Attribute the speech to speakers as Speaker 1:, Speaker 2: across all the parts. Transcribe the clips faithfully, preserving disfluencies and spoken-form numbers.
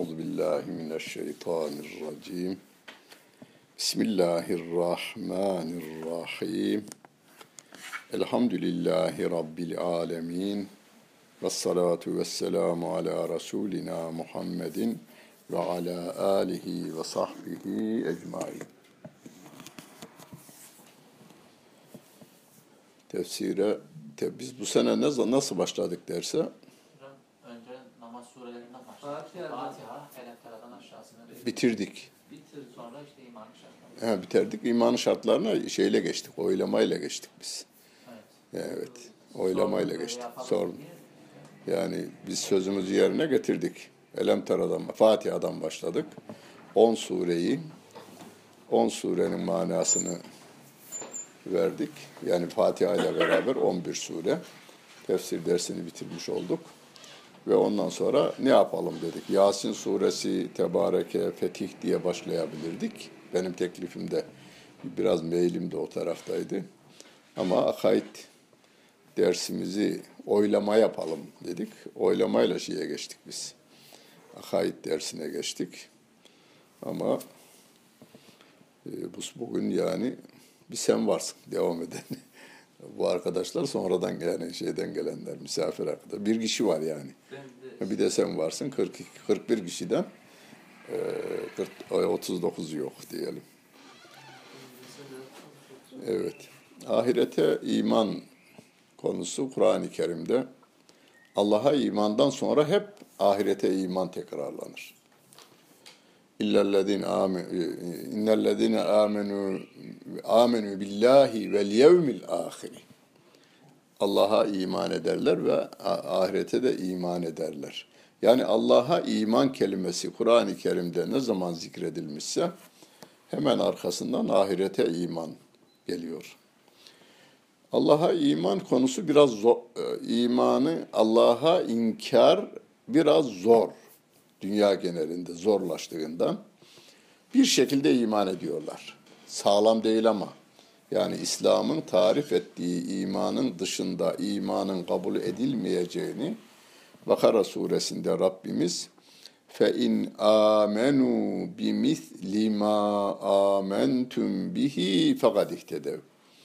Speaker 1: Euzu billahi mineşşeytanirracim. Bismillahirrahmanirrahim. Elhamdülillahi Rabbil alemin. Vessalatu vesselamu ala Resulina Muhammedin ve ala alihi ve sahbihi ecmain. Tefsire, te, biz bu sene ne, nasıl başladık derse?
Speaker 2: Önce namaz surelerinden başladık. Fatiha, Elem Tera'dan aşağısını
Speaker 1: bitirdik.
Speaker 2: bitir. Sonra işte imanın şartları.
Speaker 1: He, bitirdik. İmanın şartlarına şeyle geçtik, oylamayla geçtik biz.
Speaker 2: Evet.
Speaker 1: Evet, oylamayla
Speaker 2: Sorun,
Speaker 1: geçtik.
Speaker 2: yapalım
Speaker 1: Sorun.
Speaker 2: diye.
Speaker 1: Yani biz sözümüzü yerine getirdik. Elem Tera'dan, Fatiha'dan başladık. on sureyi, on surenin manasını verdik. Yani Fatiha ile beraber on bir sure. Tefsir dersini bitirmiş olduk. Ve ondan sonra ne yapalım dedik. Yasin suresi, Tebareke, Fetih diye başlayabilirdik. Benim teklifimde biraz meylim de o taraftaydı. Ama akaid dersimizi oylama yapalım dedik. Oylamayla şeye geçtik biz. Akaid dersine geçtik. Ama e, bu bugün yani bir sen varsın devam eden. Bu arkadaşlar sonradan yani şeyden gelenler, misafir arkadaşlar. Bir kişi var yani. De... Bir de sen varsın. kırk iki, kırk bir kişiden e, otuz dokuz yok diyelim. Evet. Ahirete iman konusu Kur'an-ı Kerim'de Allah'a imandan sonra hep ahirete iman tekrarlanır. İllellezine amenu innellezine amenu amenu billahi vel yevmil ahir. Allah'a iman ederler ve ahirete de iman ederler. Yani Allah'a iman kelimesi Kur'an-ı Kerim'de ne zaman zikredilmişse hemen arkasından ahirete iman geliyor. Allah'a iman konusu biraz zor. İmanı Allah'a inkar biraz zor. Dünya genelinde zorlaştığından bir şekilde iman ediyorlar. Sağlam değil ama yani İslam'ın tarif ettiği imanın dışında imanın kabul edilmeyeceğini Bakara suresinde Rabbimiz فَاِنْ آمَنُوا بِمِثْلِ مَا آمَنْتُمْ بِهِ فَقَدْ اِهْتَدَوْا.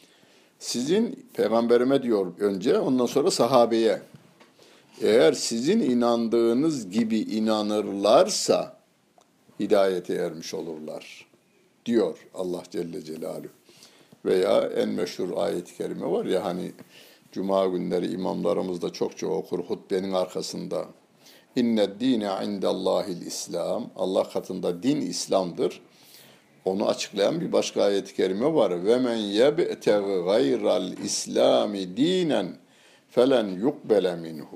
Speaker 1: Sizin peygamberime diyor önce, ondan sonra sahabeye. Eğer sizin inandığınız gibi inanırlarsa hidayete ermiş olurlar diyor Allah Celle Celaluhu. Veya en meşhur ayet-i kerime var ya hani Cuma günleri imamlarımız da çokça okur hutbenin arkasında. İnned dine indellahil İslam. Allah katında din İslam'dır. Onu açıklayan bir başka ayet-i kerime var. Ve men yebtegi gayral İslami dinen felen yukbele minhu.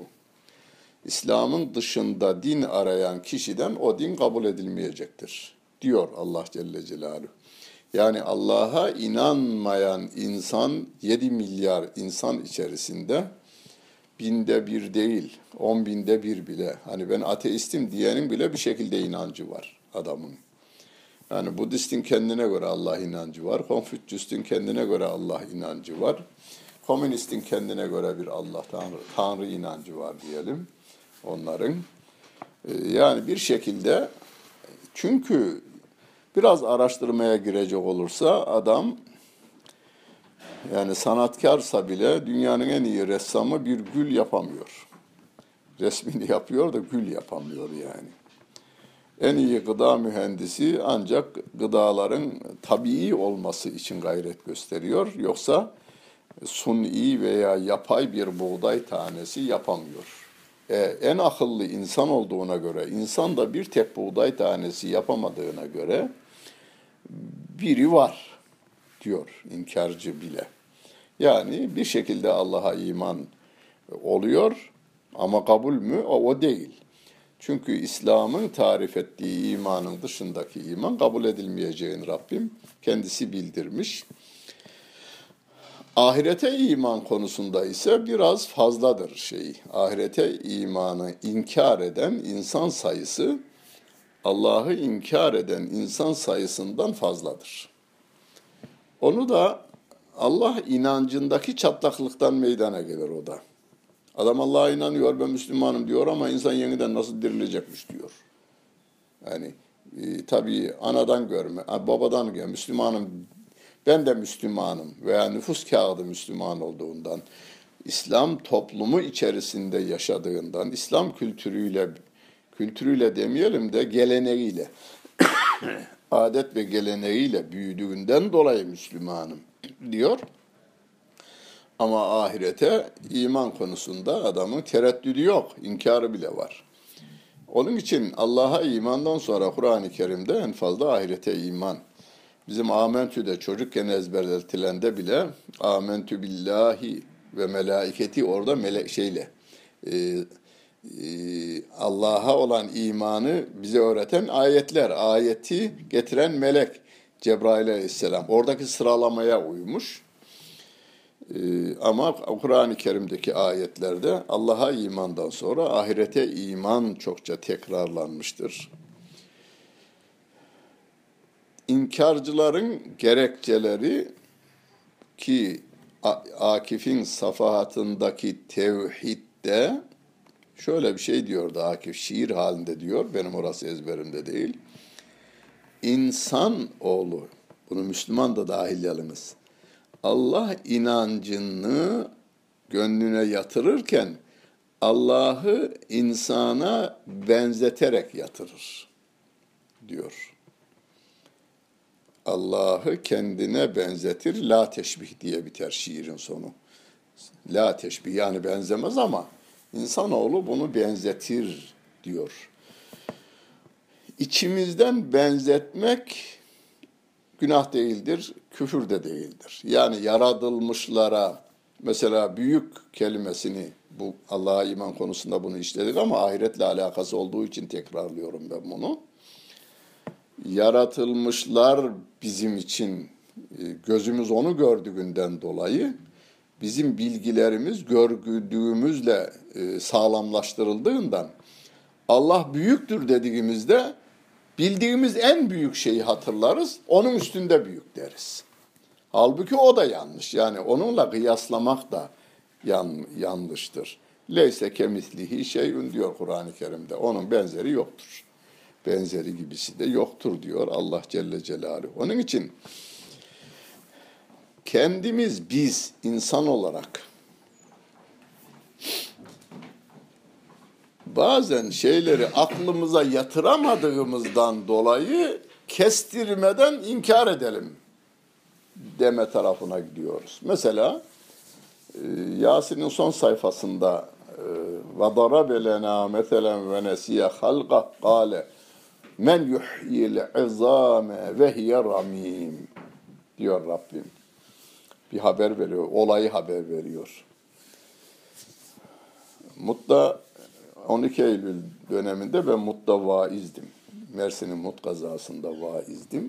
Speaker 1: İslam'ın dışında din arayan kişiden o din kabul edilmeyecektir diyor Allah Celle Celaluhu. Yani Allah'a inanmayan insan yedi milyar insan içerisinde binde bir değil, on binde bir bile. Hani ben ateistim diyenin bile bir şekilde inancı var adamın. Yani Budistin kendine göre Allah inancı var. Konfüçyüs'ün kendine göre Allah inancı var. Komünistin kendine göre bir Allah, Tanrı, Tanrı inancı var diyelim onların. Yani bir şekilde çünkü biraz araştırmaya girecek olursa adam yani sanatkarsa bile dünyanın en iyi ressamı bir gül yapamıyor. Resmini yapıyor da gül yapamıyor yani. En iyi gıda mühendisi ancak gıdaların tabii olması için gayret gösteriyor. Yoksa suni veya yapay bir buğday tanesi yapamıyor. Ee, en akıllı insan olduğuna göre, insan da bir tek buğday tanesi yapamadığına göre biri var diyor inkarcı bile. Yani bir şekilde Allah'a iman oluyor ama kabul mü? O, o değil. Çünkü İslam'ın tarif ettiği imanın dışındaki iman kabul edilmeyeceğini Rabbim kendisi bildirmiş. Ahirete iman konusunda ise biraz fazladır şey. Ahirete imanı inkar eden insan sayısı Allah'ı inkar eden insan sayısından fazladır. Onu da Allah inancındaki çatlaklıktan meydana gelir o da. Adam Allah'a inanıyor, ben Müslümanım diyor ama insan yeniden nasıl dirilecekmiş diyor. Yani e, tabii anadan görme, babadan görme, Müslümanım, ben de Müslümanım veya nüfus kağıdı Müslüman olduğundan, İslam toplumu içerisinde yaşadığından, İslam kültürüyle, kültürüyle demeyelim de geleneğiyle, adet ve geleneğiyle büyüdüğünden dolayı Müslümanım diyor. Ama ahirete iman konusunda adamın tereddüdü yok, inkarı bile var. Onun için Allah'a imandan sonra Kur'an-ı Kerim'de en fazla ahirete iman. Bizim amentü'de çocukken ezberletilende bile amentü billahi ve melaiketi orada melek şeyle e, e, Allah'a olan imanı bize öğreten ayetler, ayeti getiren melek Cebrail Aleyhisselam oradaki sıralamaya uymuş. Ee, ama Kur'an-ı Kerim'deki ayetlerde Allah'a imandan sonra ahirete iman çokça tekrarlanmıştır. İnkarcıların gerekçeleri ki Akif'in safahatındaki tevhidde şöyle bir şey diyordu Akif, şiir halinde diyor, benim orası ezberimde değil. İnsan oğlu, bunu Müslüman da dahil yalnız, Allah inancını gönlüne yatırırken Allah'ı insana benzeterek yatırır diyor. Allah'ı kendine benzetir, la teşbih diye biter şiirin sonu. La teşbih yani benzemez ama insanoğlu bunu benzetir diyor. İçimizden benzetmek günah değildir, küfür de değildir. Yani yaratılmışlara, mesela büyük kelimesini, bu Allah'a iman konusunda bunu işledik ama ahiretle alakası olduğu için tekrarlıyorum ben bunu. Yaratılmışlar bizim için, gözümüz onu gördüğünden dolayı, bizim bilgilerimiz gördüğümüzle sağlamlaştırıldığından, Allah büyüktür dediğimizde, bildiğimiz en büyük şeyi hatırlarız, onun üstünde büyük deriz. Halbuki o da yanlış. Yani onunla kıyaslamak da yan, yanlıştır. Leyse kemislihi şeyün diyor Kur'an-ı Kerim'de. Onun benzeri yoktur. Benzeri gibisi de yoktur diyor Allah Celle Celaluhu. Onun için kendimiz biz insan olarak bazen şeyleri aklımıza yatıramadığımızdan dolayı kestirmeden inkar edelim deme tarafına gidiyoruz. Mesela Yasin'in son sayfasında وَضَرَبَ لَنَا مَثَلًا وَنَسِيَ خَلْقَهُ قَالَ مَنْ يُحْيِي الْعِظَامَ وَهِيَ رَمِيمٌ diyor Rabbim. Bir haber veriyor, olayı haber veriyor. Mut'ta on iki Eylül döneminde ben Mut'ta vaizdim. Mersin'in Mut kazasında vaizdim.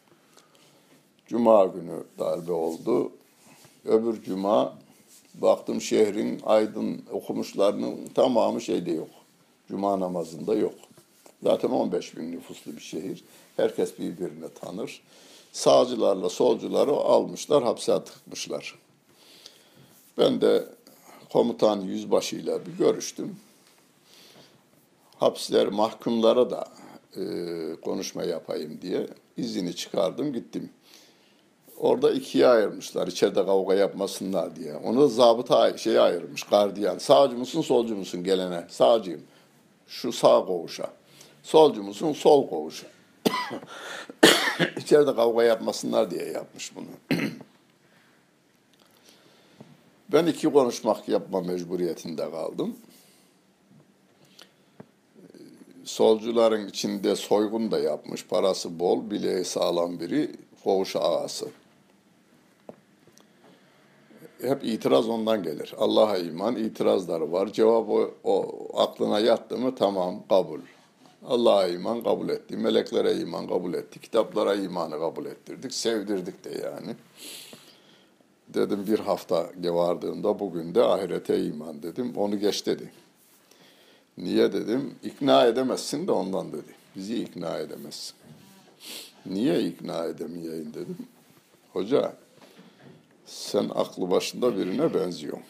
Speaker 1: Cuma günü darbe oldu. Öbür cuma baktım şehrin aydın okumuşlarının tamamı şeyde yok. Cuma namazında yok. Zaten on beş bin nüfuslu bir şehir. Herkes birbirini tanır. Sağcılarla solcuları almışlar, hapse tıkmışlar. Ben de komutan yüzbaşıyla bir görüştüm. Hapsler, mahkumlara da e, konuşma yapayım diye izini çıkardım, gittim. Orada ikiye ayırmışlar, içeride kavga yapmasınlar diye. Onu da zabıta şeye ayırmış, gardiyan. Sağcı mısın, solcu musun gelene? Sağcıyım. Şu sağ koğuşa. Solcu musun, sol koğuşa. İçeride kavga yapmasınlar diye yapmış bunu. Ben iki konuşmak yapma mecburiyetinde kaldım. Solcuların içinde soygun da yapmış, parası bol, bileği sağlam biri, koğuş ağası. Hep itiraz ondan gelir. Allah'a iman, itirazları var. Cevabı o aklına yattı mı tamam, kabul. Allah'a iman kabul etti, meleklere iman kabul etti, kitaplara imanı kabul ettirdik, sevdirdik de yani. Dedim bir hafta vardığında bugün de ahirete iman dedim, onu geç dedi. Niye dedim, ikna edemezsin de ondan dedi. Bizi ikna edemezsin. Niye ikna edemeyeyim dedim. Hoca, sen aklı başında birine benziyorsun.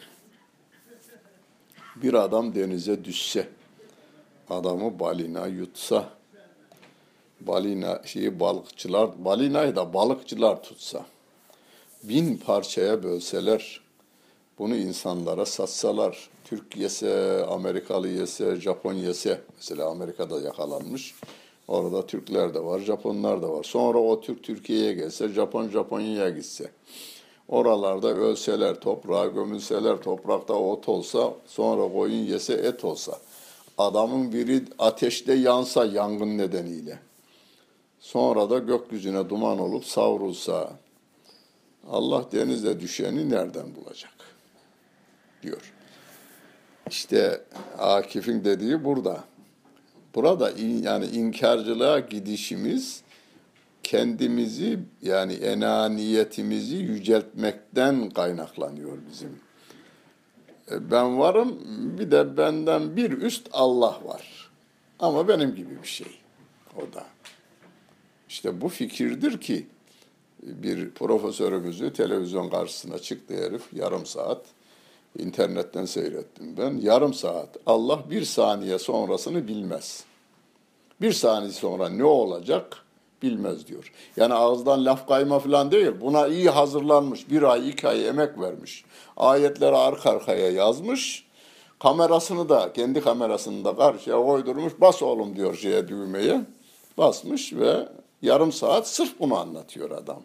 Speaker 1: Bir adam denize düşse, adamı balina yutsa, balina şeyi balıkçılar, balinayı da balıkçılar tutsa, bin parçaya bölseler, bunu insanlara satsalar, Türk yese, Amerikalı yese, Japon yese, mesela Amerika'da yakalanmış, orada Türkler de var, Japonlar da var. Sonra o Türk Türkiye'ye gelse, Japon Japonya'ya gitse, oralarda ölseler, toprağa gömülseler, toprakta ot olsa, sonra koyun yese, et olsa, adamın biri ateşte yansa yangın nedeniyle, sonra da gökyüzüne duman olup savrulsa, Allah denizde düşeni nereden bulacak? Diyor. İşte Akif'in dediği burada. Burada in, yani inkarcılığa gidişimiz kendimizi yani enaniyetimizi yüceltmekten kaynaklanıyor bizim. Ben varım, bir de benden bir üst Allah var. Ama benim gibi bir şey o da. İşte bu fikirdir ki bir profesörümüzü televizyon karşısına çıktı herif yarım saat. İnternetten seyrettim ben. Yarım saat. Allah bir saniye sonrasını bilmez. Bir saniye sonra ne olacak bilmez diyor. Yani ağızdan laf kayma falan değil. Buna iyi hazırlanmış. Bir ay, iki ay emek vermiş. Ayetleri arka arkaya yazmış. Kamerasını da, kendi kamerasını da karşıya koydurmuş. Bas oğlum diyor şeye düğmeye. Basmış ve yarım saat sırf bunu anlatıyor adam.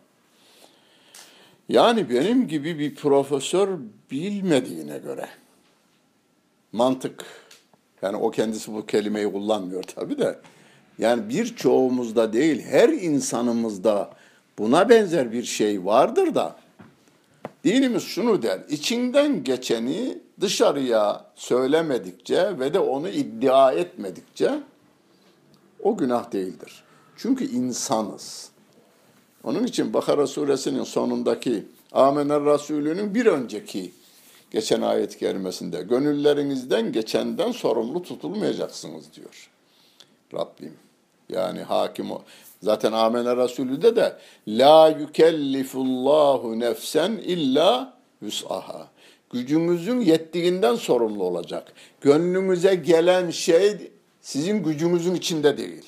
Speaker 1: Yani benim gibi bir profesör bilmediğine göre mantık, yani o kendisi bu kelimeyi kullanmıyor tabii de, yani birçoğumuzda değil her insanımızda buna benzer bir şey vardır da dinimiz şunu der: içinden geçeni dışarıya söylemedikçe ve de onu iddia etmedikçe o günah değildir. Çünkü insanız. Onun için Bakara suresinin sonundaki Amener Resulü'nün bir önceki geçen ayet-i kerimesinde gönüllerinizden geçenden sorumlu tutulmayacaksınız diyor Rabbim. Yani hakim o. Zaten Amener Resulü'de de la yükellifullahu nefsen illa vus'aha. Gücünüzün yettiğinden sorumlu olacak. Gönlünüze gelen şey sizin gücünüzün içinde değil.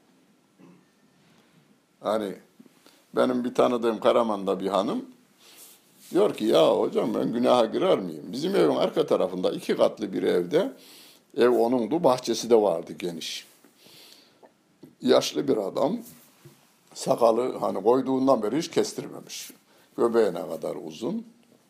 Speaker 1: Hani benim bir tanıdığım Karaman'da bir hanım diyor ki ya hocam ben günaha girer miyim? Bizim evin arka tarafında iki katlı bir evde, ev onundu, bahçesi de vardı geniş. Yaşlı bir adam, sakalı hani koyduğundan beri hiç kestirmemiş. Göbeğine kadar uzun.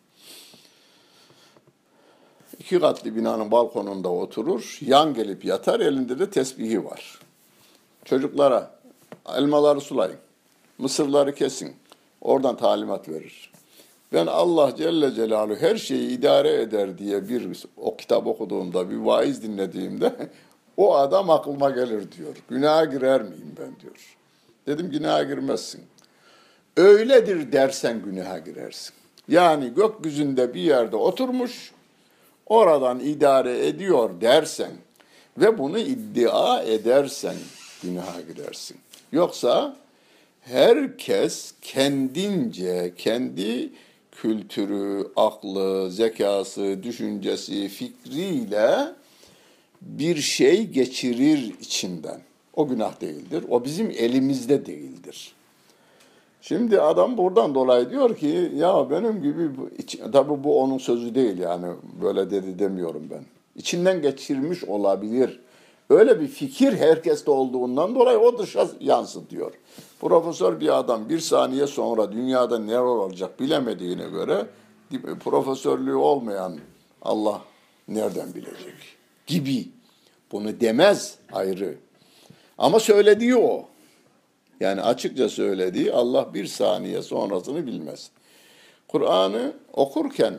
Speaker 1: İki katlı binanın balkonunda oturur, yan gelip yatar, elinde de tesbihi var. Çocuklara elmaları sulayın, mısırları kesin, oradan talimat verir. Ben Allah Celle Celaluhu her şeyi idare eder diye bir o kitap okuduğumda, bir vaiz dinlediğimde o adam aklıma gelir diyor. Günaha girer miyim ben diyor. Dedim günaha girmezsin. Öyledir dersen günaha girersin. Yani gökyüzünde bir yerde oturmuş, oradan idare ediyor dersen ve bunu iddia edersen günaha girersin. Yoksa herkes kendince, kendi kültürü, aklı, zekası, düşüncesi, fikriyle bir şey geçirir içinden. O günah değildir. O bizim elimizde değildir. Şimdi adam buradan dolayı diyor ki ya benim gibi, tabii bu onun sözü değil yani böyle dedi demiyorum ben. İçinden geçirmiş olabilir. Öyle bir fikir herkeste olduğundan dolayı o dışa yansıtıyor. Profesör bir adam bir saniye sonra dünyada neler olacak bilemediğine göre profesörlüğü olmayan Allah nereden bilecek gibi. Bunu demez ayrı. Ama söylediği o. Yani açıkça söylediği Allah bir saniye sonrasını bilmez. Kur'an'ı okurken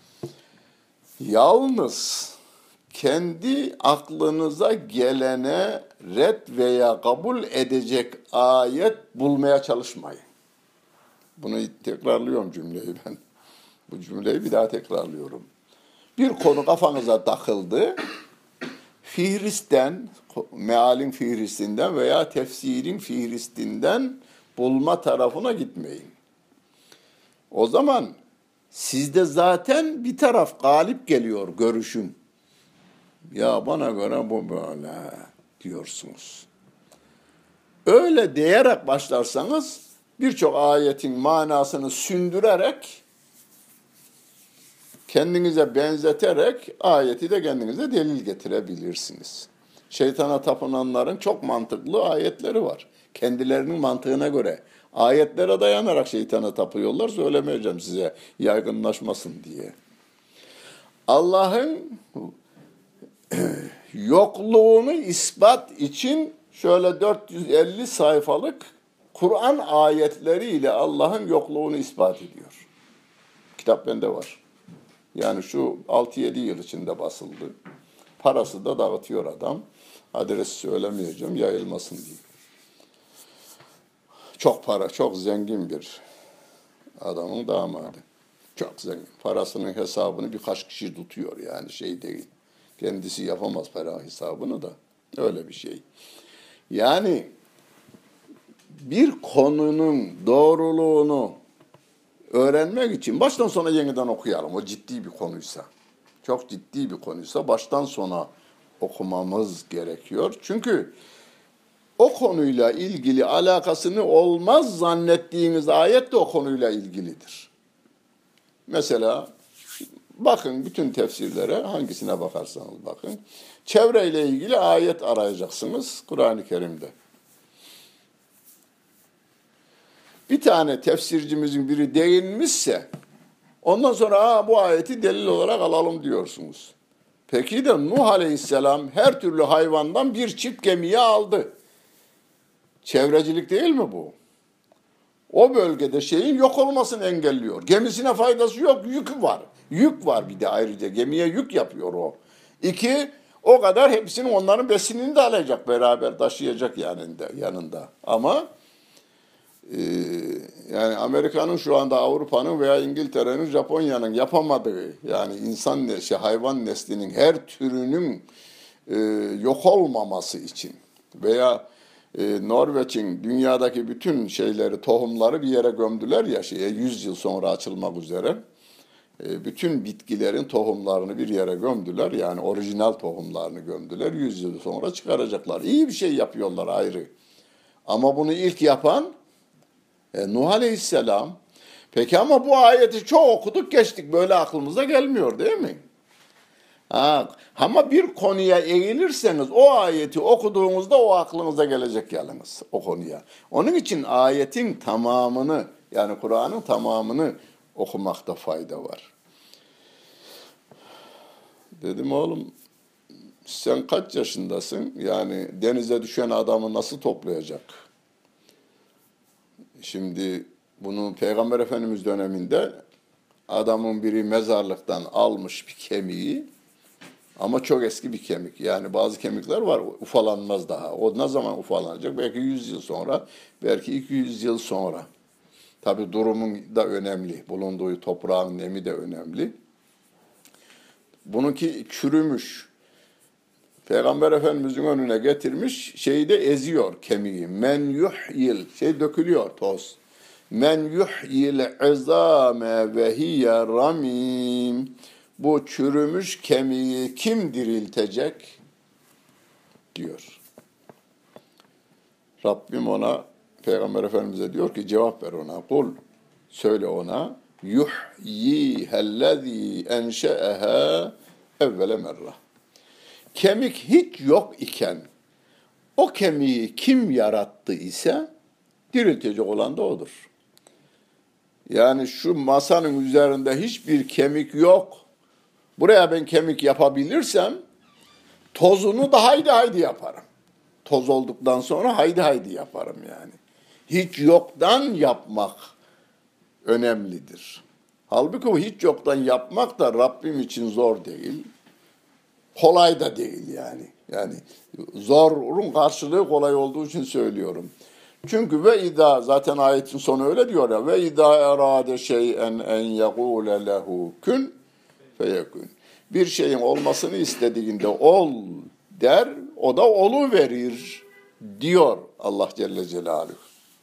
Speaker 1: yalnız kendi aklınıza gelene red veya kabul edecek ayet bulmaya çalışmayın. Bunu tekrarlıyorum cümleyi ben. Bu cümleyi bir daha tekrarlıyorum. Bir konu kafanıza takıldı. Fihristen, mealin fihristinden veya tefsirin fihristinden bulma tarafına gitmeyin. O zaman sizde zaten bir taraf galip geliyor görüşün. Ya bana göre bu böyle diyorsunuz. Öyle diyerek başlarsanız birçok ayetin manasını sündürerek, kendinize benzeterek ayeti de kendinize delil getirebilirsiniz. Şeytana tapınanların çok mantıklı ayetleri var. Kendilerinin mantığına göre ayetlere dayanarak şeytana tapıyorlar. Söylemeyeceğim size yaygınlaşmasın diye. Allah'ın yokluğunu ispat için şöyle dört yüz elli sayfalık Kur'an ayetleriyle Allah'ın yokluğunu ispat ediyor. Kitap bende var. Yani şu altı yedi yıl içinde basıldı. Parası da dağıtıyor adam. Adresi söylemeyeceğim, yayılmasın diye. Çok para, çok zengin bir adamın damadı. Çok zengin. Parasının hesabını birkaç kişi tutuyor, yani şey değil. Kendisi yapamaz para hesabını da. Öyle bir şey. Yani bir konunun doğruluğunu öğrenmek için baştan sona yeniden okuyalım. O ciddi bir konuysa. Çok ciddi bir konuysa baştan sona okumamız gerekiyor. Çünkü o konuyla ilgili alakasını olmaz zannettiğiniz ayet de o konuyla ilgilidir. Mesela bakın bütün tefsirlere, hangisine bakarsanız bakın. Çevreyle ilgili ayet arayacaksınız Kur'an-ı Kerim'de. Bir tane tefsircimizin biri değinmişse ondan sonra Aa, bu ayeti delil olarak alalım diyorsunuz. Peki de Nuh Aleyhisselam her türlü hayvandan bir çift gemiye aldı. Çevrecilik değil mi bu? O bölgede şeyin yok olmasını engelliyor. Gemisine faydası yok, yük var. Yük var bir de ayrıca. Gemiye yük yapıyor o. İki, o kadar hepsinin onların besinini de alacak, beraber taşıyacak yanında. yanında. Ama e, yani Amerika'nın şu anda Avrupa'nın veya İngiltere'nin, Japonya'nın yapamadığı, yani insan neşi, hayvan neslinin her türünün e, yok olmaması için veya e, Norveç'in dünyadaki bütün şeyleri, tohumları bir yere gömdüler ya, şeye yüz yıl sonra açılmak üzere. E, bütün bitkilerin tohumlarını bir yere gömdüler. Yani orijinal tohumlarını gömdüler. yüz yıl sonra çıkaracaklar. İyi bir şey yapıyorlar ayrı. Ama bunu ilk yapan e, Nuh Aleyhisselam. Peki ama bu ayeti çok okuduk geçtik. Böyle aklımıza gelmiyor değil mi? Ha, ama bir konuya eğilirseniz o ayeti okuduğunuzda o aklınıza gelecek yalnız o konuya. Onun için ayetin tamamını, yani Kur'an'ın tamamını okumakta fayda var. Dedim oğlum sen kaç yaşındasın? Yani denize düşen adamı nasıl toplayacak? Şimdi bunu Peygamber Efendimiz döneminde adamın biri mezarlıktan almış bir kemiği, ama çok eski bir kemik. Yani bazı kemikler var ufalanmaz daha. O ne zaman ufalanacak? Belki yüz yıl sonra, belki iki yüz yıl sonra. Tabii durumun da önemli. Bulunduğu toprağın nemi de önemli. Bununki çürümüş. Peygamber Efendimiz'in önüne getirmiş, şeyi de eziyor kemiği. Men yuhyil, şey dökülüyor toz. Men yuhyil izame ve hiye ramim. Bu çürümüş kemiği kim diriltecek? Diyor. Rabbim ona, Peygamber Efendimiz'e diyor ki cevap ver ona. Kul, söyle ona. Yuhyihellezî enşe'eha evvele merra. Kemik hiç yok iken o kemiği kim yarattı ise diriltecek olan da odur. Yani şu masanın üzerinde hiçbir kemik yok. Buraya ben kemik yapabilirsem tozunu da haydi haydi yaparım. Toz olduktan sonra haydi haydi yaparım yani. Hiç yoktan yapmak önemlidir. Halbuki o hiç yoktan yapmak da Rabbim için zor değil. Kolay da değil yani. Yani zorun karşılığı kolay olduğu için söylüyorum. Çünkü ve idâ, zaten ayetin sonu öyle diyor ya, ve idâ erâde şey'en en yegûle lehu kün feyekün. Bir şeyin olmasını istediğinde ol der, o da oluverir diyor Allah Celle Celaluhu.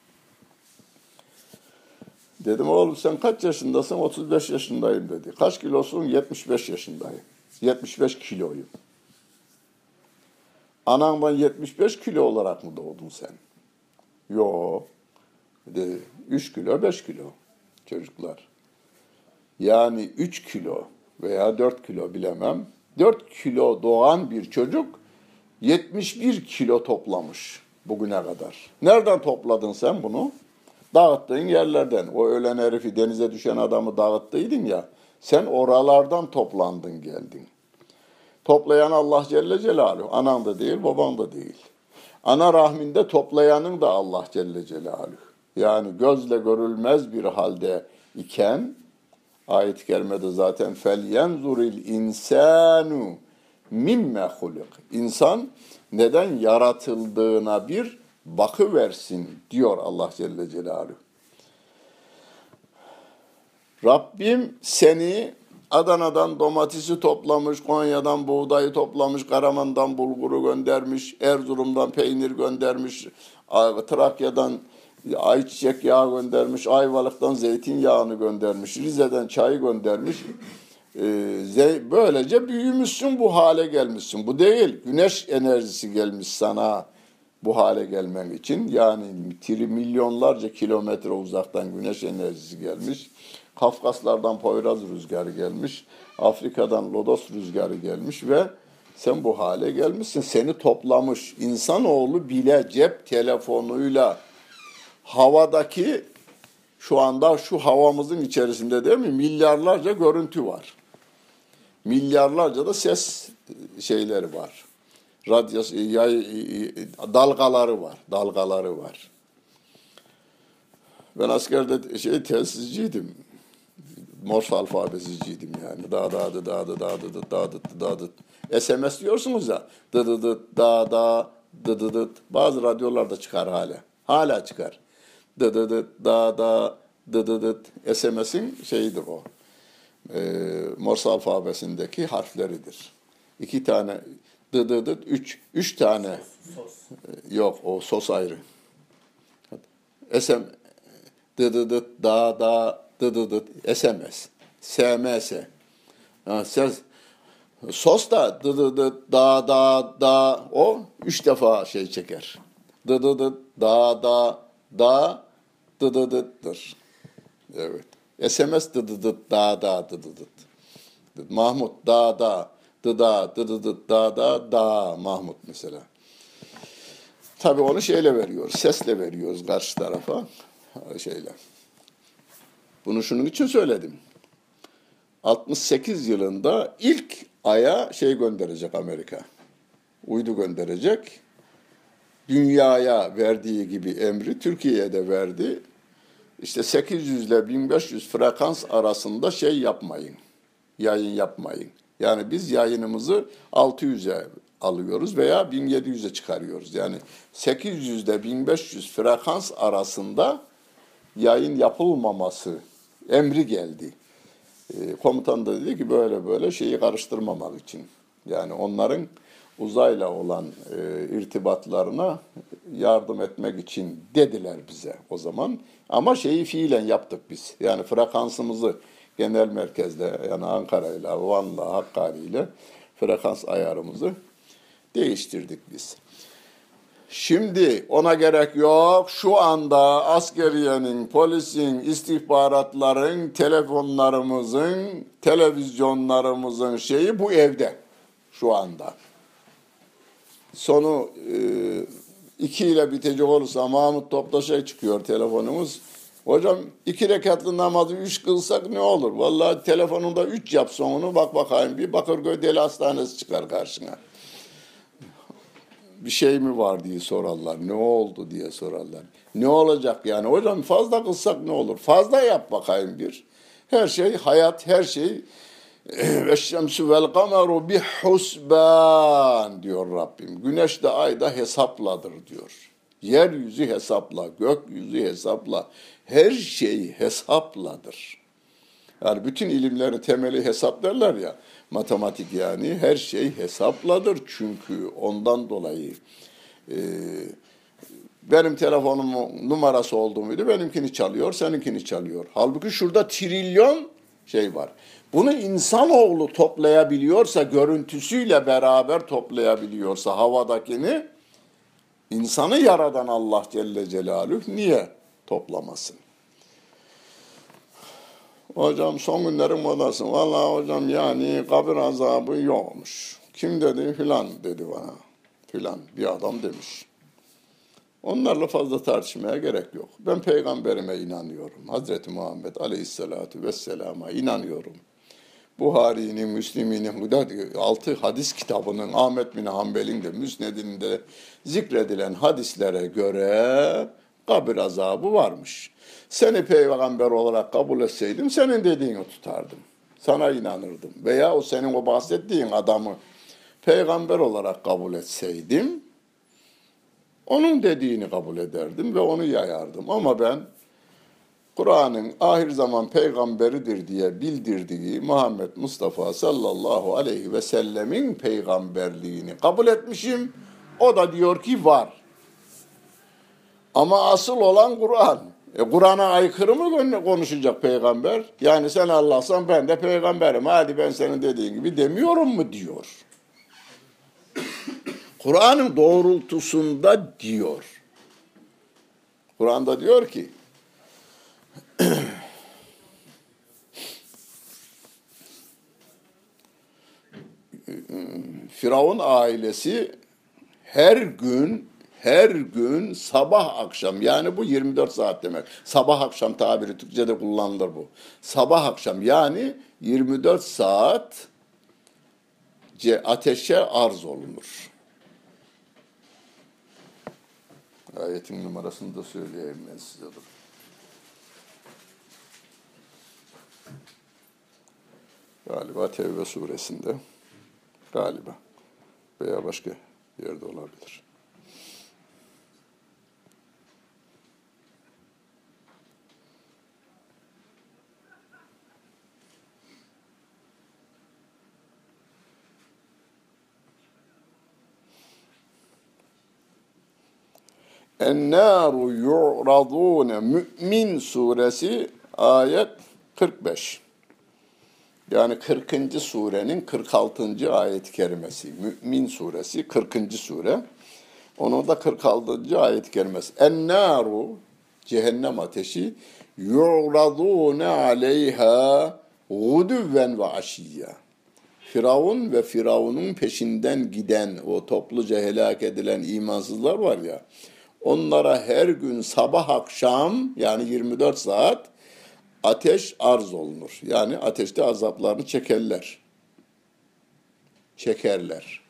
Speaker 1: Dedim oğlum sen kaç yaşındasın? otuz beş yaşındayım dedi. Kaç kilosun? yetmiş beş yaşındayım. yetmiş beş kiloyum. Anandan yetmiş beş kilo olarak mı doğdun sen? Yok. üç kilo, beş kilo çocuklar. Yani üç kilo veya dört kilo bilemem. dört kilo doğan bir çocuk yetmiş bir kilo toplamış bugüne kadar. Nereden topladın sen bunu? Dağıttığın yerlerden. O ölen herifi, denize düşen adamı dağıttıydın ya. Sen oralardan toplandın geldin. Toplayan Allah Celle Celaluhu. Anan da değil, baban da değil. Ana rahminde toplayanın da Allah Celle Celaluhu. Yani gözle görülmez bir halde iken, ayet-i kerimede zaten فَلْيَنْزُرِ الْاِنْسَانُ mimme huluk. İnsan neden yaratıldığına bir bakıversin diyor Allah Celle Celaluhu. Rabbim seni Adana'dan domatesi toplamış, Konya'dan buğdayı toplamış, Karaman'dan bulguru göndermiş, Erzurum'dan peynir göndermiş, Trakya'dan ayçiçek yağı göndermiş, Ayvalık'tan zeytinyağını göndermiş, Rize'den çayı göndermiş. Ee, böylece büyümüşsün, bu hale gelmişsin. Bu değil, güneş enerjisi gelmiş sana bu hale gelmen için. Yani milyonlarca kilometre uzaktan güneş enerjisi gelmiş. Kafkaslardan Poyraz rüzgarı gelmiş. Afrika'dan Lodos rüzgarı gelmiş ve sen bu hale gelmişsin. Seni toplamış. İnsanoğlu bile cep telefonuyla havadaki, şu anda şu havamızın içerisinde değil mi, milyarlarca görüntü var. Milyarlarca da ses şeyleri var. Radyo, yay, dalgaları var. Dalgaları var. Ben askerde şey telsizciydim. Morse alfabesiciydim yani. Da da da da da da da da da da. S M S diyorsunuz ya. Dı dı dı da da dı dı dı. Bazı radyolarda çıkar hala. Hala çıkar. Dı dı dı da da dı dı dı. S M S'in şeyidir o. E, Morse alfabesindeki harfleridir. İki tane dı dı dı, üç, üç tane. Sos. Yok, o sos ayrı. S M dı dı dı da da dı dı dı S M S. S M S. Ha, ses sos da dı dı dı da da da o üç defa şey çeker. Dı dı dı da da da dı dı dı'dır. Evet. S M S dı dı dı da da dı dı dı. Mahmut da da dı da dı dı dı da da da Mahmut mesela. Tabii onu şeyle veriyoruz, sesle veriyoruz karşı tarafa şeyle. Bunu şunun için söyledim. altmış sekiz yılında ilk Ay'a şey gönderecek Amerika. Uydu gönderecek. Dünyaya verdiği gibi emri Türkiye'ye de verdi. İşte sekiz yüz ile bin beş yüz frekans arasında şey yapmayın. Yayın yapmayın. Yani biz yayınımızı altı yüze alıyoruz veya bin yedi yüze çıkarıyoruz. Yani sekiz yüz ile bin beş yüz frekans arasında yayın yapılmaması emri geldi. E, komutan da dedi ki böyle böyle şeyi karıştırmamak için. Yani onların uzayla olan e, irtibatlarına yardım etmek için dediler bize o zaman. Ama şeyi fiilen yaptık biz. Yani frekansımızı genel merkezde, yani Ankara'yla, Van'la, Hakkari'yle frekans ayarımızı değiştirdik biz. Şimdi ona gerek yok. Şu anda askeriyenin, polisin, istihbaratların, telefonlarımızın, televizyonlarımızın şeyi bu evde şu anda. Sonu e, iki ile bitecek olursa Mahmut Toptaş'a çıkıyor telefonumuz. Hocam iki rekatlı namazı üç kılsak ne olur? Vallahi telefonunda üç yap sonunu, bak bakayım bir Bakırköy Deli Hastanesi çıkar karşına. Bir şey mi var diye sorarlar. Ne oldu diye sorarlar. Ne olacak yani? Hocam fazla kılsak ne olur? Fazla yap bakayım bir. Her şey hayat, her şey veşşemsü vel kameru bihusban diyor Rabbim. Güneş de ay da hesapladır diyor. Yeryüzü hesapla, gökyüzü hesapla. Her şey hesapladır. Yani bütün ilimlerin temeli hesap derler ya. Matematik yani her şey hesapladır çünkü ondan dolayı e, benim telefonumun numarası olduğu muydu? Benimkini çalıyor, seninkini çalıyor. Halbuki şurada trilyon şey var. Bunu insanoğlu toplayabiliyorsa, görüntüsüyle beraber toplayabiliyorsa havadakini, İnsanı yaradan Allah Celle Celaluhu niye toplamasın? Hocam son günlerin modası. Vallahi hocam yani kabir azabı yokmuş. Kim dedi? Filan dedi bana. Filan bir adam demiş. Onlarla fazla tartışmaya gerek yok. Ben peygamberime inanıyorum. Hazreti Muhammed Aleyhisselatü Vesselam'a inanıyorum. Buhari'nin, Müslim'in, altı hadis kitabının, Ahmet bin Hanbel'in de Müsned'inde zikredilen hadislere göre kabir azabı varmış. Seni peygamber olarak kabul etseydim senin dediğini tutardım. Sana inanırdım. Veya o senin o bahsettiğin adamı peygamber olarak kabul etseydim onun dediğini kabul ederdim ve onu yayardım. Ama ben Kur'an'ın ahir zaman peygamberidir diye bildirdiği Muhammed Mustafa sallallahu aleyhi ve sellemin peygamberliğini kabul etmişim. O da diyor ki var. Ama asıl olan Kur'an. E, Kur'an'a aykırı mı konuşacak peygamber? Yani sen Allah'san ben de peygamberim. Hadi ben senin dediğin gibi demiyorum mu diyor. Kur'an'ın doğrultusunda diyor. Kur'an'da diyor ki Firavun ailesi her gün her gün sabah akşam, yani bu yirmi dört saat demek. Sabah akşam tabiri Türkçe'de kullanılır bu. Sabah akşam yani yirmi dört saat ateşe arz olunur. Ayetin numarasını da söyleyeyim ben size. Galiba Tevbe suresinde. Galiba. Veya başka yerde olabilir. En-nâru yu'radûne Mü'min suresi ayet kırk beş. Yani kırkıncı surenin kırk altıncı ayet-i kerimesi. Mü'min suresi kırkıncı sure. Onun da kırk altıncı ayet-i kerimesi. En-nâru cehennem ateşi yu'radûne aleyhâ gudüvven ve aşiyya. Firavun ve Firavun'un peşinden giden o topluca helak edilen imansızlar var ya, onlara her gün sabah akşam yani yirmi dört saat ateş arz olunur. Yani ateşte azaplarını çekerler. Çekerler.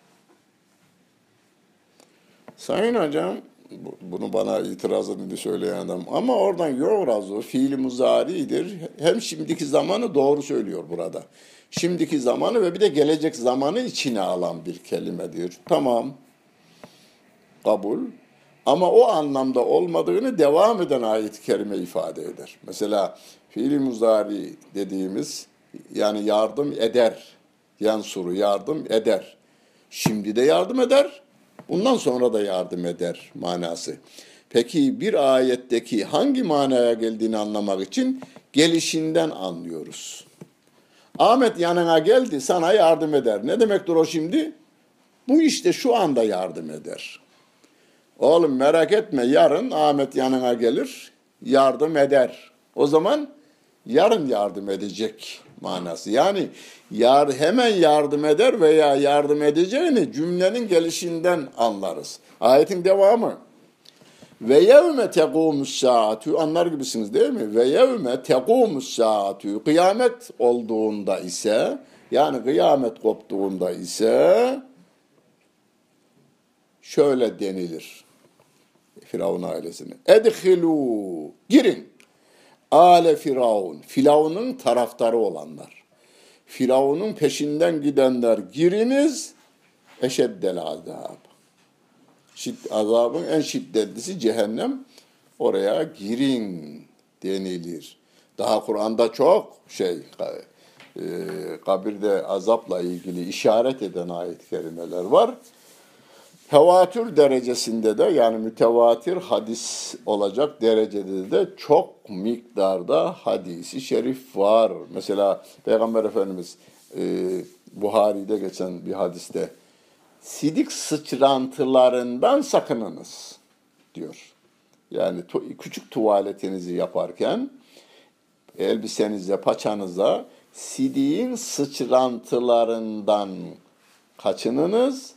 Speaker 1: Sayın hocam, bunu bana itiraz edildi söyleyen adam. Ama oradan yu'razu fiili muzaridir. Hem şimdiki zamanı doğru söylüyor burada. Şimdiki zamanı ve bir de gelecek zamanı içine alan bir kelimedir. Tamam. Kabul. Ama o anlamda olmadığını devam eden ayet-i kerime ifade eder. Mesela fiil-i muzari dediğimiz yani yardım eder. Yansuru yardım eder. Şimdi de yardım eder. Bundan sonra da yardım eder manası. Peki bir ayetteki hangi manaya geldiğini anlamak için gelişinden anlıyoruz. Ahmet yanına geldi, sana yardım eder. Ne demektir o şimdi? Bu işte şu anda yardım eder. Oğlum merak etme, yarın Ahmet yanına gelir, yardım eder. O zaman yarın yardım edecek manası. Yani yar, hemen yardım eder veya yardım edeceğini cümlenin gelişinden anlarız. Ayetin devamı. Ve yevme tekûmus saatü, anlar gibisiniz değil mi? Ve yevme tekûmus saatü, kıyamet olduğunda ise, yani kıyamet koptuğunda ise şöyle denilir Firavun ailesine. Edhilû, girin. Ale Firavun, Firavun'un taraftarı olanlar. Firavun'un peşinden gidenler, giriniz. Eşeddel azab. Şid, azabın en şiddetlisi cehennem. Oraya girin denilir. Daha Kur'an'da çok şey, e, kabirde azapla ilgili işaret eden ayet-i kerimeler var. Tevatür derecesinde de, yani mütevatir hadis olacak derecede de çok miktarda hadisi şerif var. Mesela Peygamber Efendimiz e, Buhari'de geçen bir hadiste sidik sıçrantılarından sakınınız diyor. Yani tu- küçük tuvaletinizi yaparken elbisenize, paçanıza sidiğin sıçrantılarından kaçınınız.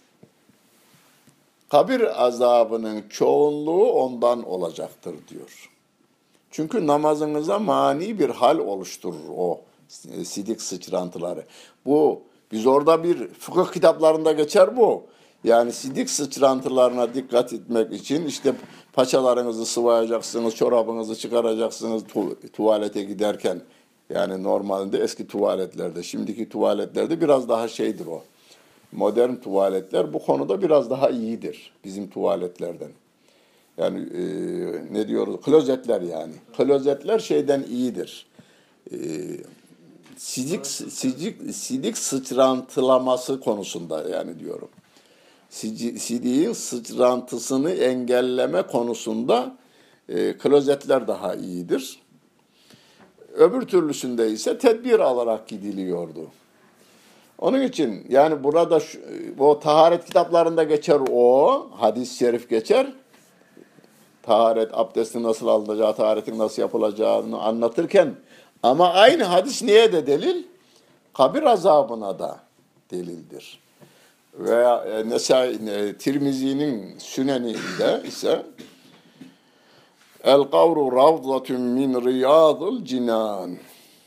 Speaker 1: Kabir azabının çoğunluğu ondan olacaktır diyor. Çünkü namazınıza mani bir hal oluşturur o sidik sıçrantıları. Bu biz orada bir fıkıh kitaplarında geçer bu. Yani sidik sıçrantılarına dikkat etmek için işte paçalarınızı sıvayacaksınız, çorabınızı çıkaracaksınız tu- tuvalete giderken. Yani normalde eski tuvaletlerde, şimdiki tuvaletlerde biraz daha şeydir o. Modern tuvaletler bu konuda biraz daha iyidir bizim tuvaletlerden. Yani e, ne diyoruz? Klozetler yani. Klozetler şeyden iyidir. E, sidik, sidik, sidik sıçrantılaması konusunda yani diyorum. Sidiğin sıçrantısını engelleme konusunda e, klozetler daha iyidir. Öbür türlüsünde ise tedbir alarak gidiliyordu. Onun için yani burada şu, o taharet kitaplarında geçer o, hadis-i şerif geçer. Taharet, abdestin nasıl alınacağı, taharetin nasıl yapılacağını anlatırken ama aynı hadis neye de delil? Kabir azabına da delildir. Veya e, Nesai, e, Tirmizi'nin Süneninde ise El kavru ravzatun min riyadil cinan.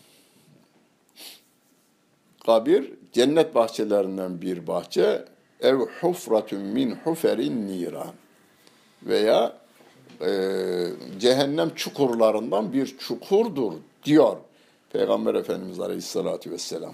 Speaker 1: Kabir cennet bahçelerinden bir bahçe, ev hufratun min huferin niran veya e, cehennem çukurlarından bir çukurdur diyor Peygamber Efendimiz Aleyhisselatü Vesselam.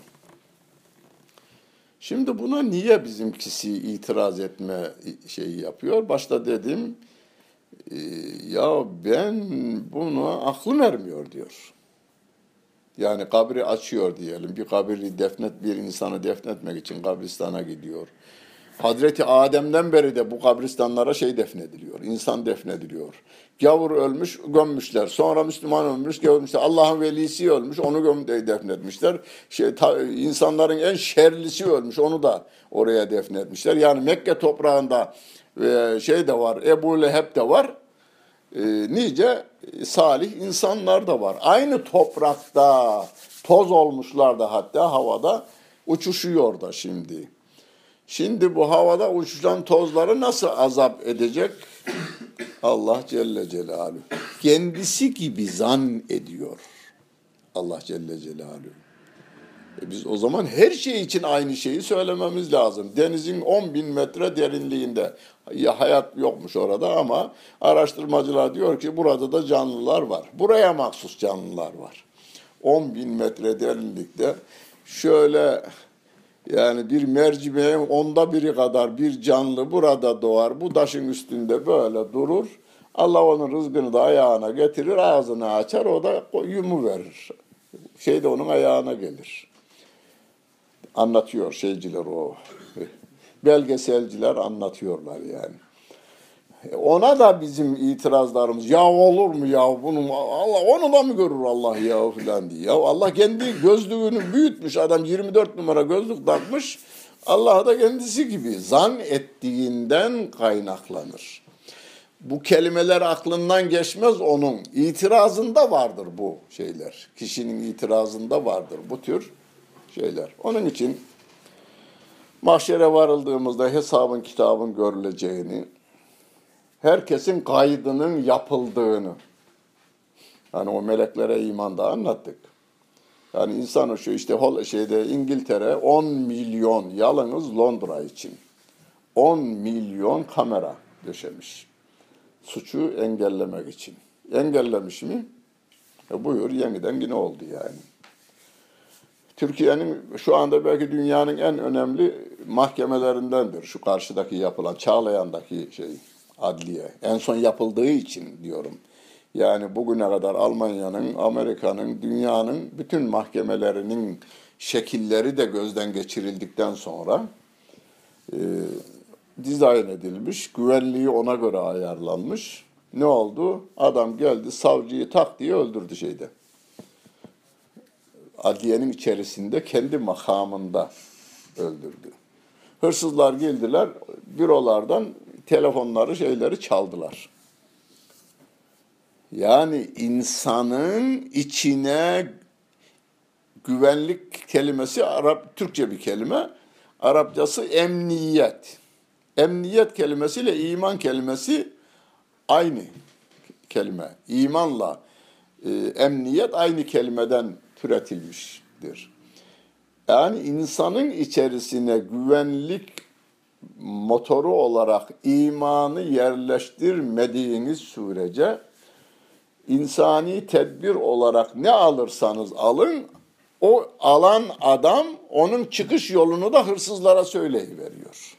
Speaker 1: Şimdi buna niye bizimkisi itiraz etme şeyi yapıyor? Başta dedim e, ya ben buna aklım ermiyor diyor. Yani kabri açıyor diyelim. Bir kabri defnet, bir insanı defnetmek için kabristana gidiyor. Hazreti Adem'den beri de bu kabristanlara şey defnediliyor. İnsan defnediliyor. Gavur ölmüş, gömmüşler. Sonra Müslüman ölmüş, gömmüşler. Allah'ın velisi ölmüş, onu göm defnetmişler. Şey, ta, insanların en şerlisi ölmüş, onu da oraya defnetmişler. Yani Mekke toprağında e, şey de var, Ebu Leheb de var. E, nice salih insanlar da var. Aynı toprakta toz olmuşlar da hatta havada uçuşuyor da şimdi. Şimdi bu havada uçuşan tozları nasıl azap edecek? Allah Celle Celaluhu. Kendisi gibi zan ediyor. Allah Celle Celaluhu. E biz o zaman her şey için aynı şeyi söylememiz lazım. Denizin on bin metre derinliğinde ya hayat yokmuş orada ama araştırmacılar diyor ki burada da canlılar var. Buraya mahsus canlılar var. on bin metre derinlikte şöyle yani bir mercimeğin onda biri kadar bir canlı burada doğar. Bu taşın üstünde böyle durur. Allah onun rızkını da ayağına getirir, ağzını açar, o da yumu verir. Şey de onun ayağına gelir. Anlatıyor şeyciler o. Belgeselciler anlatıyorlar yani. Ona da bizim itirazlarımız ya olur mu ya bunu Allah onu da mı görür Allah ya filan diye. Ya Allah kendi gözlüğünü büyütmüş, adam yirmi dört numara gözlük takmış. Allah da kendisi gibi zan ettiğinden kaynaklanır. Bu kelimeler aklından geçmez onun. İtirazında vardır bu şeyler. Kişinin itirazında vardır bu tür şeyler. Onun için mahşere varıldığımızda hesabın kitabın görüleceğini, herkesin kaydının yapıldığını, hani o meleklere imanda anlattık. Yani insan o şu işte şeyde İngiltere on milyon yalnız Londra için on milyon kamera döşemiş. Suçu engellemek için. Engellemiş mi? E buyur yeniden yine oldu yani. Türkiye'nin şu anda belki dünyanın en önemli mahkemelerindendir. Şu karşıdaki yapılan, Çağlayan'daki şey, adliye. En son yapıldığı için diyorum. Yani bugüne kadar Almanya'nın, Amerika'nın, dünyanın bütün mahkemelerinin şekilleri de gözden geçirildikten sonra e, dizayn edilmiş, güvenliği ona göre ayarlanmış. Ne oldu? Adam geldi, savcıyı tak diye öldürdü şeyde. Adliyenin içerisinde kendi makamında öldürdü. Hırsızlar geldiler, bürolardan telefonları, şeyleri çaldılar. Yani insanın içine güvenlik kelimesi Arap, Türkçe bir kelime. Arapçası emniyet. Emniyet kelimesiyle iman kelimesi aynı kelime. İmanla e, emniyet aynı kelimeden türetilmiştir. Yani insanın içerisine güvenlik motoru olarak imanı yerleştirmediğiniz sürece insani tedbir olarak ne alırsanız alın, o alan adam onun çıkış yolunu da hırsızlara söyleyiveriyor.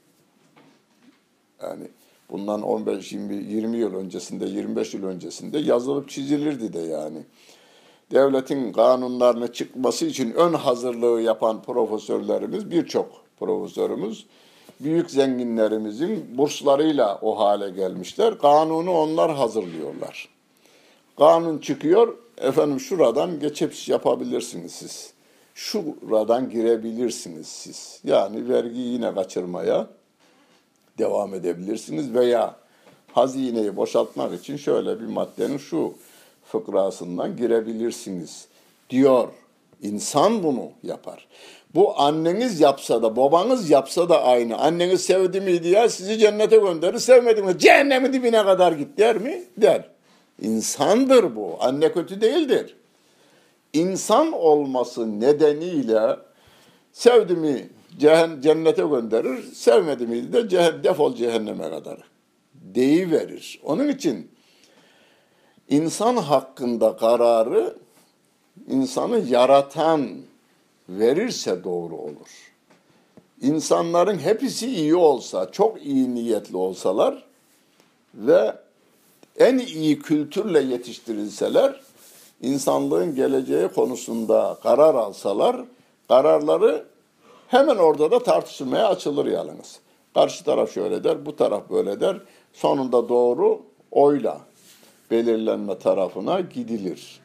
Speaker 1: Yani bundan on beş yirmi yıl öncesinde, yirmi beş yıl öncesinde yazılıp çizilirdi de yani. Devletin kanunlarına çıkması için ön hazırlığı yapan profesörlerimiz, birçok profesörümüz, büyük zenginlerimizin burslarıyla o hale gelmişler. Kanunu onlar hazırlıyorlar. Kanun çıkıyor, efendim şuradan geçiş yapabilirsiniz siz. Şuradan girebilirsiniz siz. Yani vergi yine kaçırmaya devam edebilirsiniz veya hazineyi boşaltmak için şöyle bir maddenin şu fıkrasından girebilirsiniz diyor. İnsan bunu yapar. Bu anneniz yapsa da babanız yapsa da aynı. Anneniz sevdi miydi ya sizi cennete gönderir, sevmedi mi cehennemin dibine kadar git der mi? Der. İnsandır bu. Anne kötü değildir. İnsan olması nedeniyle sevdi mi cennete gönderir, sevmedi mi de defol cehenneme kadar deyiverir. Onun için insan hakkında kararı insanı yaratan verirse doğru olur. İnsanların hepsi iyi olsa, çok iyi niyetli olsalar ve en iyi kültürle yetiştirilseler, insanlığın geleceği konusunda karar alsalar, kararları hemen orada da tartışılmaya açılır yalnız. Karşı taraf şöyle der, bu taraf böyle der. Sonunda doğru oyla belirlenme tarafına gidilir.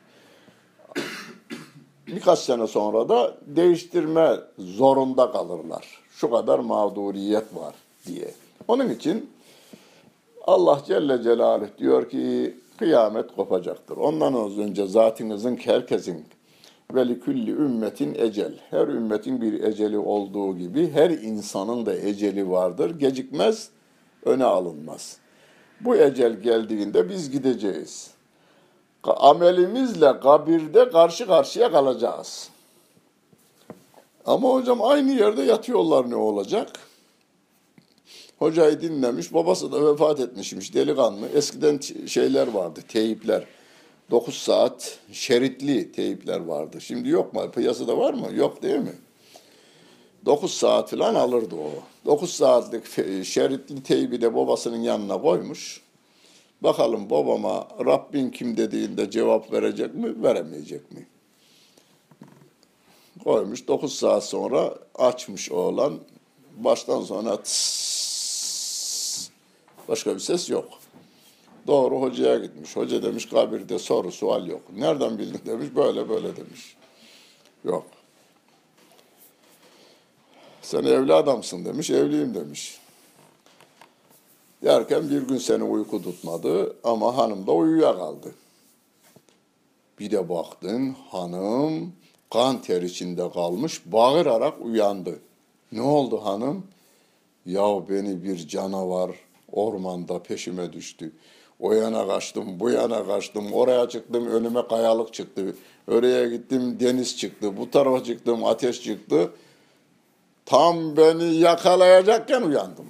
Speaker 1: Birkaç sene sonra da değiştirme zorunda kalırlar. Şu kadar mağduriyet var diye. Onun için Allah Celle Celaluhu diyor ki kıyamet kopacaktır. Ondan önce zatınızın, herkesin ve likülli ümmetin ecel. Her ümmetin bir eceli olduğu gibi her insanın da eceli vardır. Gecikmez, öne alınmaz. Bu ecel geldiğinde biz gideceğiz. Amelimizle kabirde karşı karşıya kalacağız. Ama hocam aynı yerde yatıyorlar, ne olacak? Hocayı dinlemiş, babası da vefat etmişmiş, delikanlı. Eskiden şeyler vardı, teyipler. dokuz saat şeritli teyipler vardı. Şimdi yok mu? Piyasada var mı? Yok değil mi? dokuz saat falan alırdı o. dokuz saatlik şeritli teybi de babasının yanına koymuş. Bakalım babama Rabbin kim dediğinde cevap verecek mi, veremeyecek mi? Koymuş. dokuz saat sonra açmış oğlan. Baştan sona tıs, başka bir ses yok. Doğru hocaya gitmiş. Hoca demiş kabirde soru sual yok. Nereden bildin demiş, böyle böyle demiş. Yok. Sen evli adamsın demiş, evliyim demiş. Derken bir gün seni uyku tutmadı ama hanım da uyuyakaldı. Bir de baktın hanım kan ter içinde kalmış, bağırarak uyandı. Ne oldu hanım? Ya beni bir canavar ormanda peşime düştü. O yana kaçtım, bu yana kaçtım, oraya çıktım, önüme kayalık çıktı. Oraya gittim, deniz çıktı, bu tarafa çıktım, ateş çıktı. Tam beni yakalayacakken uyandım.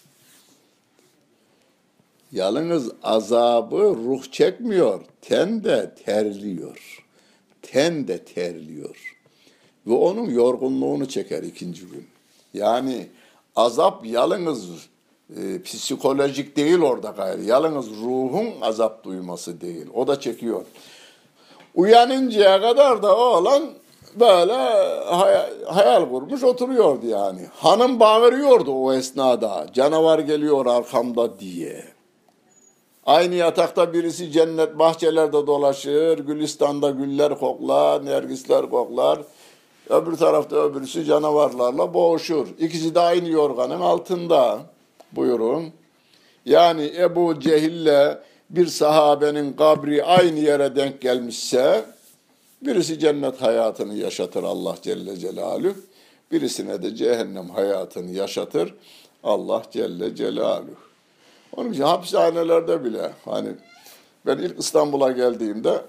Speaker 1: Yalnız azabı ruh çekmiyor, ten de terliyor. Ten de terliyor. Ve onun yorgunluğunu çeker ikinci gün. Yani azap yalnız e, psikolojik değil orada gayrı. Yalnız ruhun azap duyması değil. O da çekiyor. Uyanıncaya kadar da oğlan böyle hayal, hayal kurmuş oturuyordu yani. Hanım bağırıyordu o esnada. Canavar geliyor arkamda diye. Aynı yatakta birisi cennet bahçelerde dolaşır, Gülistan'da güller koklar, nergisler koklar. Öbür tarafta öbürüsü canavarlarla boğuşur. İkisi de aynı yorganın altında. Buyurun. Yani Ebu Cehil'le bir sahabenin kabri aynı yere denk gelmişse, birisi cennet hayatını yaşatır Allah Celle Celaluhu, birisine de cehennem hayatını yaşatır Allah Celle Celaluhu. Onun için hapishanelerde bile, hani ben ilk İstanbul'a geldiğimde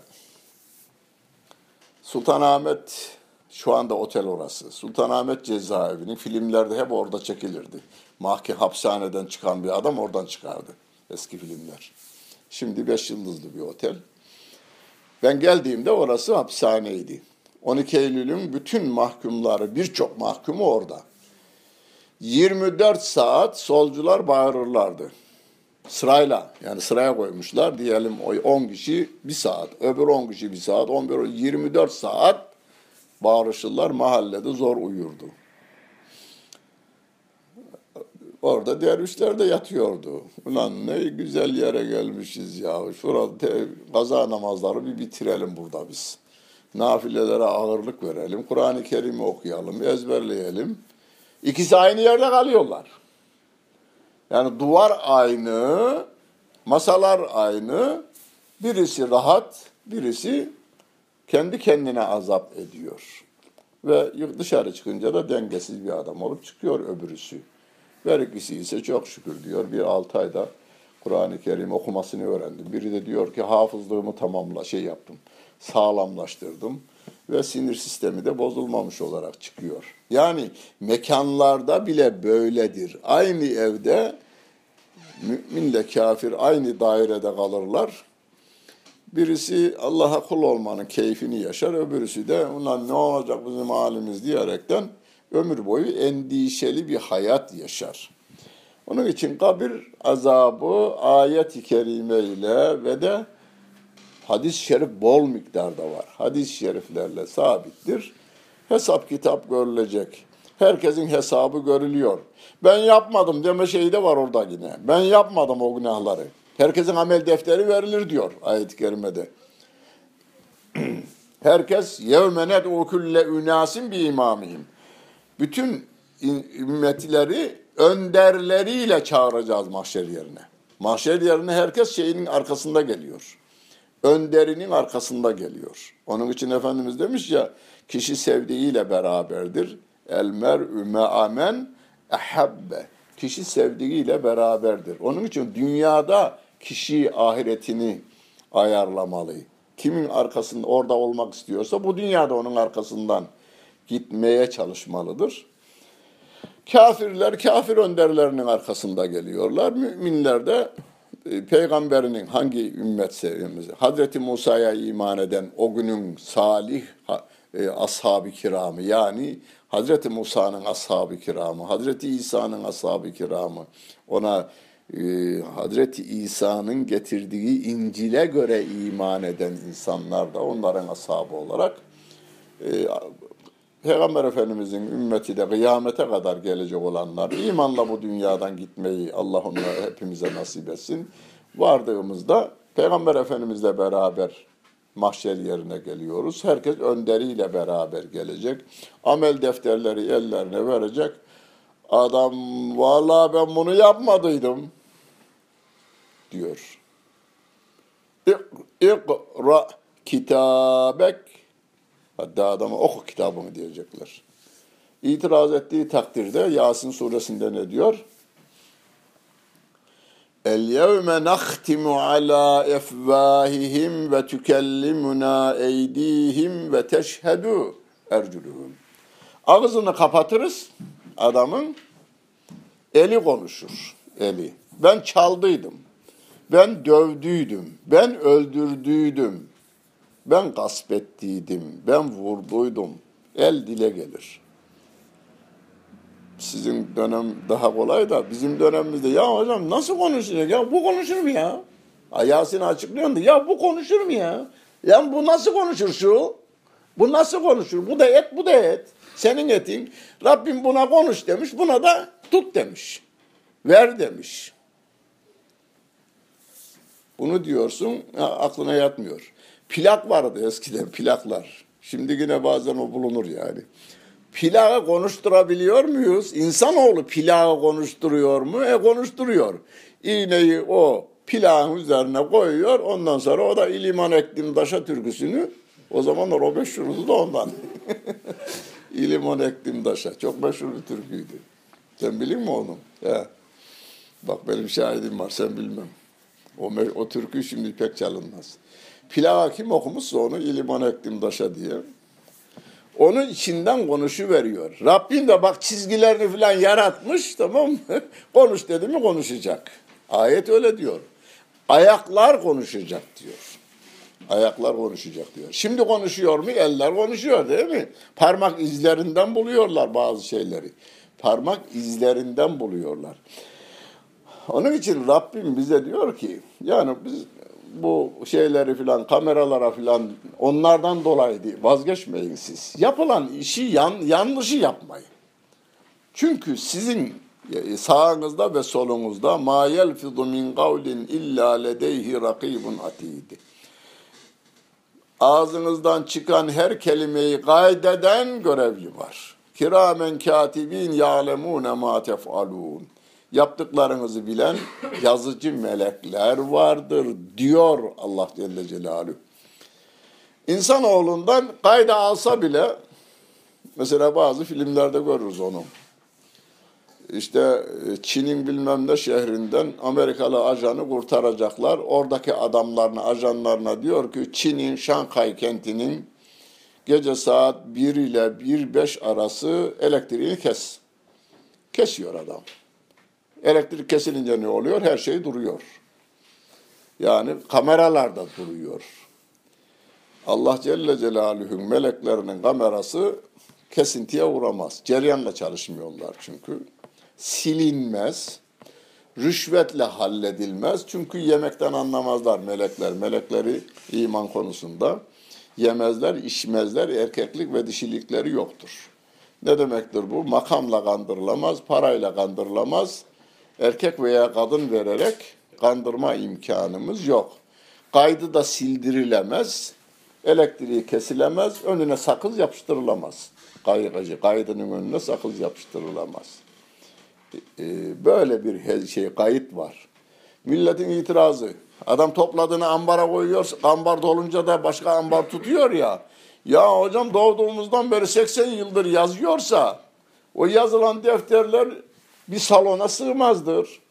Speaker 1: Sultanahmet, şu anda otel orası, Sultanahmet cezaevinin filmlerde hep orada çekilirdi. Mahkeme hapishaneden çıkan bir adam oradan çıkardı eski filmler. Şimdi beş yıldızlı bir otel. Ben geldiğimde orası hapishaneydi. on iki Eylül'ün bütün mahkumları, birçok mahkumu orada. yirmi dört saat solcular bağırırlardı. Sırayla, yani sıraya koymuşlar. Diyelim on kişi bir saat, öbür on kişi bir saat, on bir, yirmi dört saat bağırışırlar, mahallede zor uyurdu. Orada dervişler de yatıyordu. Ulan ne güzel yere gelmişiz ya. Şurada te, kaza namazları bir bitirelim burada biz. Nafilelere ağırlık verelim. Kur'an-ı Kerim'i okuyalım, ezberleyelim. İkisi aynı yerde kalıyorlar. Yani duvar aynı, masalar aynı. Birisi rahat, birisi kendi kendine azap ediyor. Ve dışarı çıkınca da dengesiz bir adam olup çıkıyor öbürüsü. Ve ikisi ise çok şükür diyor, bir altı ayda Kur'an-ı Kerim okumasını öğrendim. Biri de diyor ki hafızlığımı tamamla şey yaptım, sağlamlaştırdım ve sinir sistemi de bozulmamış olarak çıkıyor. Yani mekanlarda bile böyledir. Aynı evde müminle kafir aynı dairede kalırlar. Birisi Allah'a kul olmanın keyfini yaşar, öbürüsü de ulan ne olacak bizim halimiz diyerekten ömür boyu endişeli bir hayat yaşar. Onun için kabir azabı ayet-i kerime ile ve de hadis-i şerif bol miktarda var. Hadis-i şeriflerle sabittir. Hesap kitap görülecek. Herkesin hesabı görülüyor. Ben yapmadım deme şeyi de var orada yine. Ben yapmadım o günahları. Herkesin amel defteri verilir diyor ayet-i kerimede. Herkes yevme ned'u kulle ünasin bi imamihim. Bütün ümmetleri önderleriyle çağıracağız mahşer yerine. Mahşer yerine herkes şeyinin arkasında geliyor. Önderinin arkasında geliyor. Onun için Efendimiz demiş ya, kişi sevdiğiyle beraberdir. El mer'ü me'amen ehabbe. Kişi sevdiğiyle beraberdir. Onun için dünyada kişi ahiretini ayarlamalı. Kimin arkasında orada olmak istiyorsa bu dünyada onun arkasından gitmeye çalışmalıdır. Kafirler kafir önderlerinin arkasında geliyorlar. Müminler de e, peygamberinin hangi ümmet seviyemizi, Hazreti Musa'ya iman eden o günün salih e, ashab-ı kiramı, yani Hazreti Musa'nın ashab-ı kiramı, Hazreti İsa'nın ashab-ı kiramı, ona e, Hazreti İsa'nın getirdiği İncil'e göre iman eden insanlar da onların ashabı olarak e, Peygamber Efendimizin ümmeti de kıyamete kadar gelecek olanlar, imanla bu dünyadan gitmeyi Allah onlara hepimize nasip etsin. Vardığımızda Peygamber Efendimizle beraber mahşer yerine geliyoruz. Herkes önderiyle beraber gelecek. Amel defterleri ellerine verecek. Adam, vallahi ben bunu yapmadıydım diyor. İkra kitabek. Hatta adama oku kitabını diyecekler. İtiraz ettiği takdirde Yasin suresinde ne diyor? El yevme nahtimu ala efvahihim ve tükellimuna eydihim ve teşhedü erculuhum. Ağzını kapatırız adamın, eli konuşur, eli. Ben çaldıydım, ben dövdüydüm, ben öldürdüydüm. Ben gasp ettiydim, ben vurduydum. El dile gelir. Sizin dönem daha kolay da bizim dönemimizde ya hocam nasıl konuşacak ya, bu konuşur mu ya? Yasin açıklıyordu, ya bu konuşur mu ya? Ya bu nasıl konuşur şu? Bu nasıl konuşur? Bu da et, bu da et. Senin etin. Rabbim buna konuş demiş, buna da tut demiş. Ver demiş. Bunu diyorsun, aklına yatmıyor. Plak vardı eskiden, plaklar. Şimdi yine bazen o bulunur yani. Plağı konuşturabiliyor muyuz? İnsanoğlu plağı konuşturuyor mu? E konuşturuyor. İğneyi o plağın üzerine koyuyor. Ondan sonra o da İliman Ektim Daşa türküsünü, o zamanlar o meşhurdu da ondan. İliman Ektim Daşa. Çok meşhur bir türküydü. Sen biliyor musun onu? He. Bak benim şahidim var, sen bilmem. O, o türkü şimdi pek çalınmaz. Plağı kim okumuşsa onu İliman Ektim Daşa diye. Onun içinden konuşuveriyor. Rabbim de bak çizgilerini falan yaratmış, tamam mı? Konuş dedi mi konuşacak. Ayet öyle diyor. Ayaklar konuşacak diyor. Ayaklar konuşacak diyor. Şimdi konuşuyor mu? Eller konuşuyor değil mi? Parmak izlerinden buluyorlar bazı şeyleri. Parmak izlerinden buluyorlar. Onun için Rabbim bize diyor ki, yani biz bu şeyleri filan, kameralara filan, onlardan dolayı değil, vazgeçmeyin siz. Yapılan işi yan, yanlışı yapmayın. Çünkü sizin sağınızda ve solunuzda ma yelfizu min kavlin illa ledeyhi rakibun atid. Ağzınızdan çıkan her kelimeyi kaydeden görevli var. Kiramen katibin ya'lemune ma tef'alun. Yaptıklarınızı bilen yazıcı melekler vardır diyor Allah Celle Celaluhu. İnsanoğlundan kayda alsa bile, mesela bazı filmlerde görürüz onu. İşte Çin'in bilmem ne şehrinden Amerikalı ajanı kurtaracaklar. Oradaki adamlarına, ajanlarına diyor ki Çin'in Şanghay kentinin gece saat bir ile bir beş arası elektriğini kes. Kesiyor adam. Elektrik kesilince ne oluyor? Her şey duruyor. Yani kameralar da duruyor. Allah Celle Celaluhu'nun meleklerinin kamerası kesintiye uğramaz. Cereyanla çalışmıyorlar çünkü. Silinmez. Rüşvetle halledilmez. Çünkü yemekten anlamazlar melekler. Melekleri iman konusunda yemezler, içmezler. Erkeklik ve dişilikleri yoktur. Ne demektir bu? Makamla kandırılamaz, parayla kandırılamaz. Erkek veya kadın vererek kandırma imkanımız yok. Kaydı da sildirilemez, elektriği kesilemez, önüne sakız yapıştırılamaz. Kaygıcı, kaydının önüne sakız yapıştırılamaz. Böyle bir şey, kayıt var. Milletin itirazı. Adam topladığını ambara koyuyor, ambar dolunca da başka ambar tutuyor ya. Ya hocam doğduğumuzdan beri seksen yıldır yazıyorsa, o yazılan defterler bir salona sığmazdır.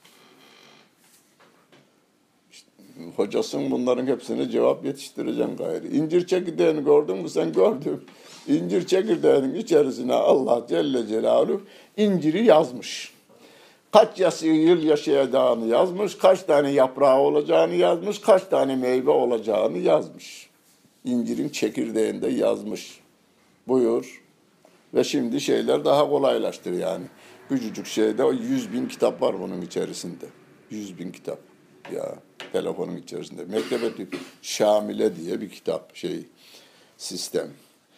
Speaker 1: İşte, hocasın bunların hepsine cevap yetiştireceksin gayrı. İncir çekirdeğini gördün mü sen? Gördüm. İncir çekirdeğinin içerisine Allah Celle Celaluhu inciri yazmış. Kaç yıl yaşayacağını yazmış, kaç tane yaprağı olacağını yazmış, kaç tane meyve olacağını yazmış. İncirin çekirdeğinde yazmış. Buyur. Ve şimdi şeyler daha kolaylaştır yani. Küçücük şeyde o yüz bin kitap var bunun içerisinde. Yüz bin kitap. Ya telefonun içerisinde. Mektebe Şamile diye bir kitap şey sistem.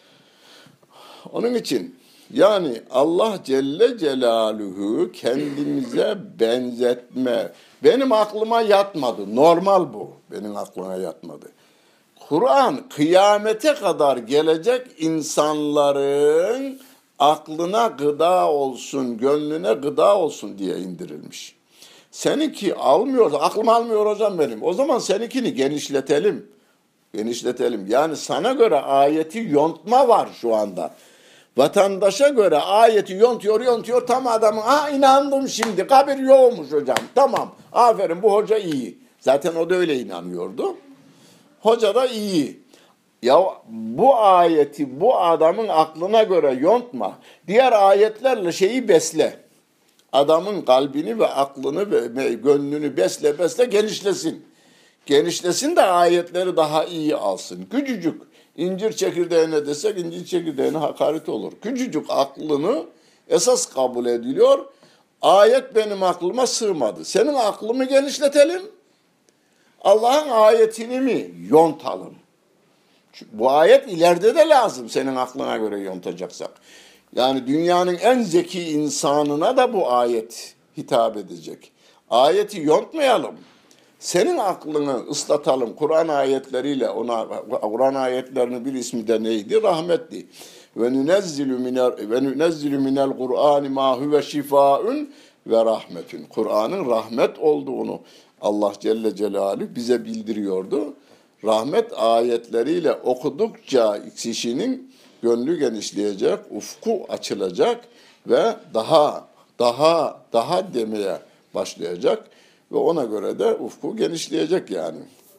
Speaker 1: Onun için yani Allah Celle Celaluhu kendimize benzetme. Benim aklıma yatmadı. Normal bu. Benim aklıma yatmadı. Kur'an kıyamete kadar gelecek insanların aklına gıda olsun, gönlüne gıda olsun diye indirilmiş. Seninki almıyor, aklım almıyor hocam benim. O zaman seninkini genişletelim. Genişletelim. Yani sana göre ayeti yontma var şu anda. Vatandaşa göre ayeti yontuyor, yontuyor. Tam adamın, ha inandım şimdi, kabir yokmuş hocam. Tamam, aferin bu hoca iyi. Zaten o da öyle inanıyordu. Hoca da iyi. Ya bu ayeti bu adamın aklına göre yontma. Diğer ayetlerle şeyi besle. Adamın kalbini ve aklını ve gönlünü besle besle genişlesin. Genişlesin de ayetleri daha iyi alsın. Küçücük incir çekirdeğine desek incir çekirdeğine hakaret olur. Küçücük aklını esas kabul ediliyor. Ayet benim aklıma sığmadı. Senin aklını genişletelim. Allah'ın ayetini mi yontalım? Çünkü bu ayet ileride de lazım senin aklına göre yontacaksak. Yani dünyanın en zeki insanına da bu ayet hitap edecek. Ayeti yontmayalım. Senin aklını ıslatalım Kur'an ayetleriyle. Ona Kur'an ayetlerinin bir ismi de neydi? Rahmetti. Ve nunezzilu minel ve nunezzilu minel Kur'an ma huve şifaun ve rahmetun. Kur'an'ın rahmet olduğunu Allah Celle Celaluhu bize bildiriyordu. Rahmet ayetleriyle okudukça kişinin gönlü genişleyecek, ufku açılacak ve daha daha daha demeye başlayacak ve ona göre de ufku genişleyecek yani.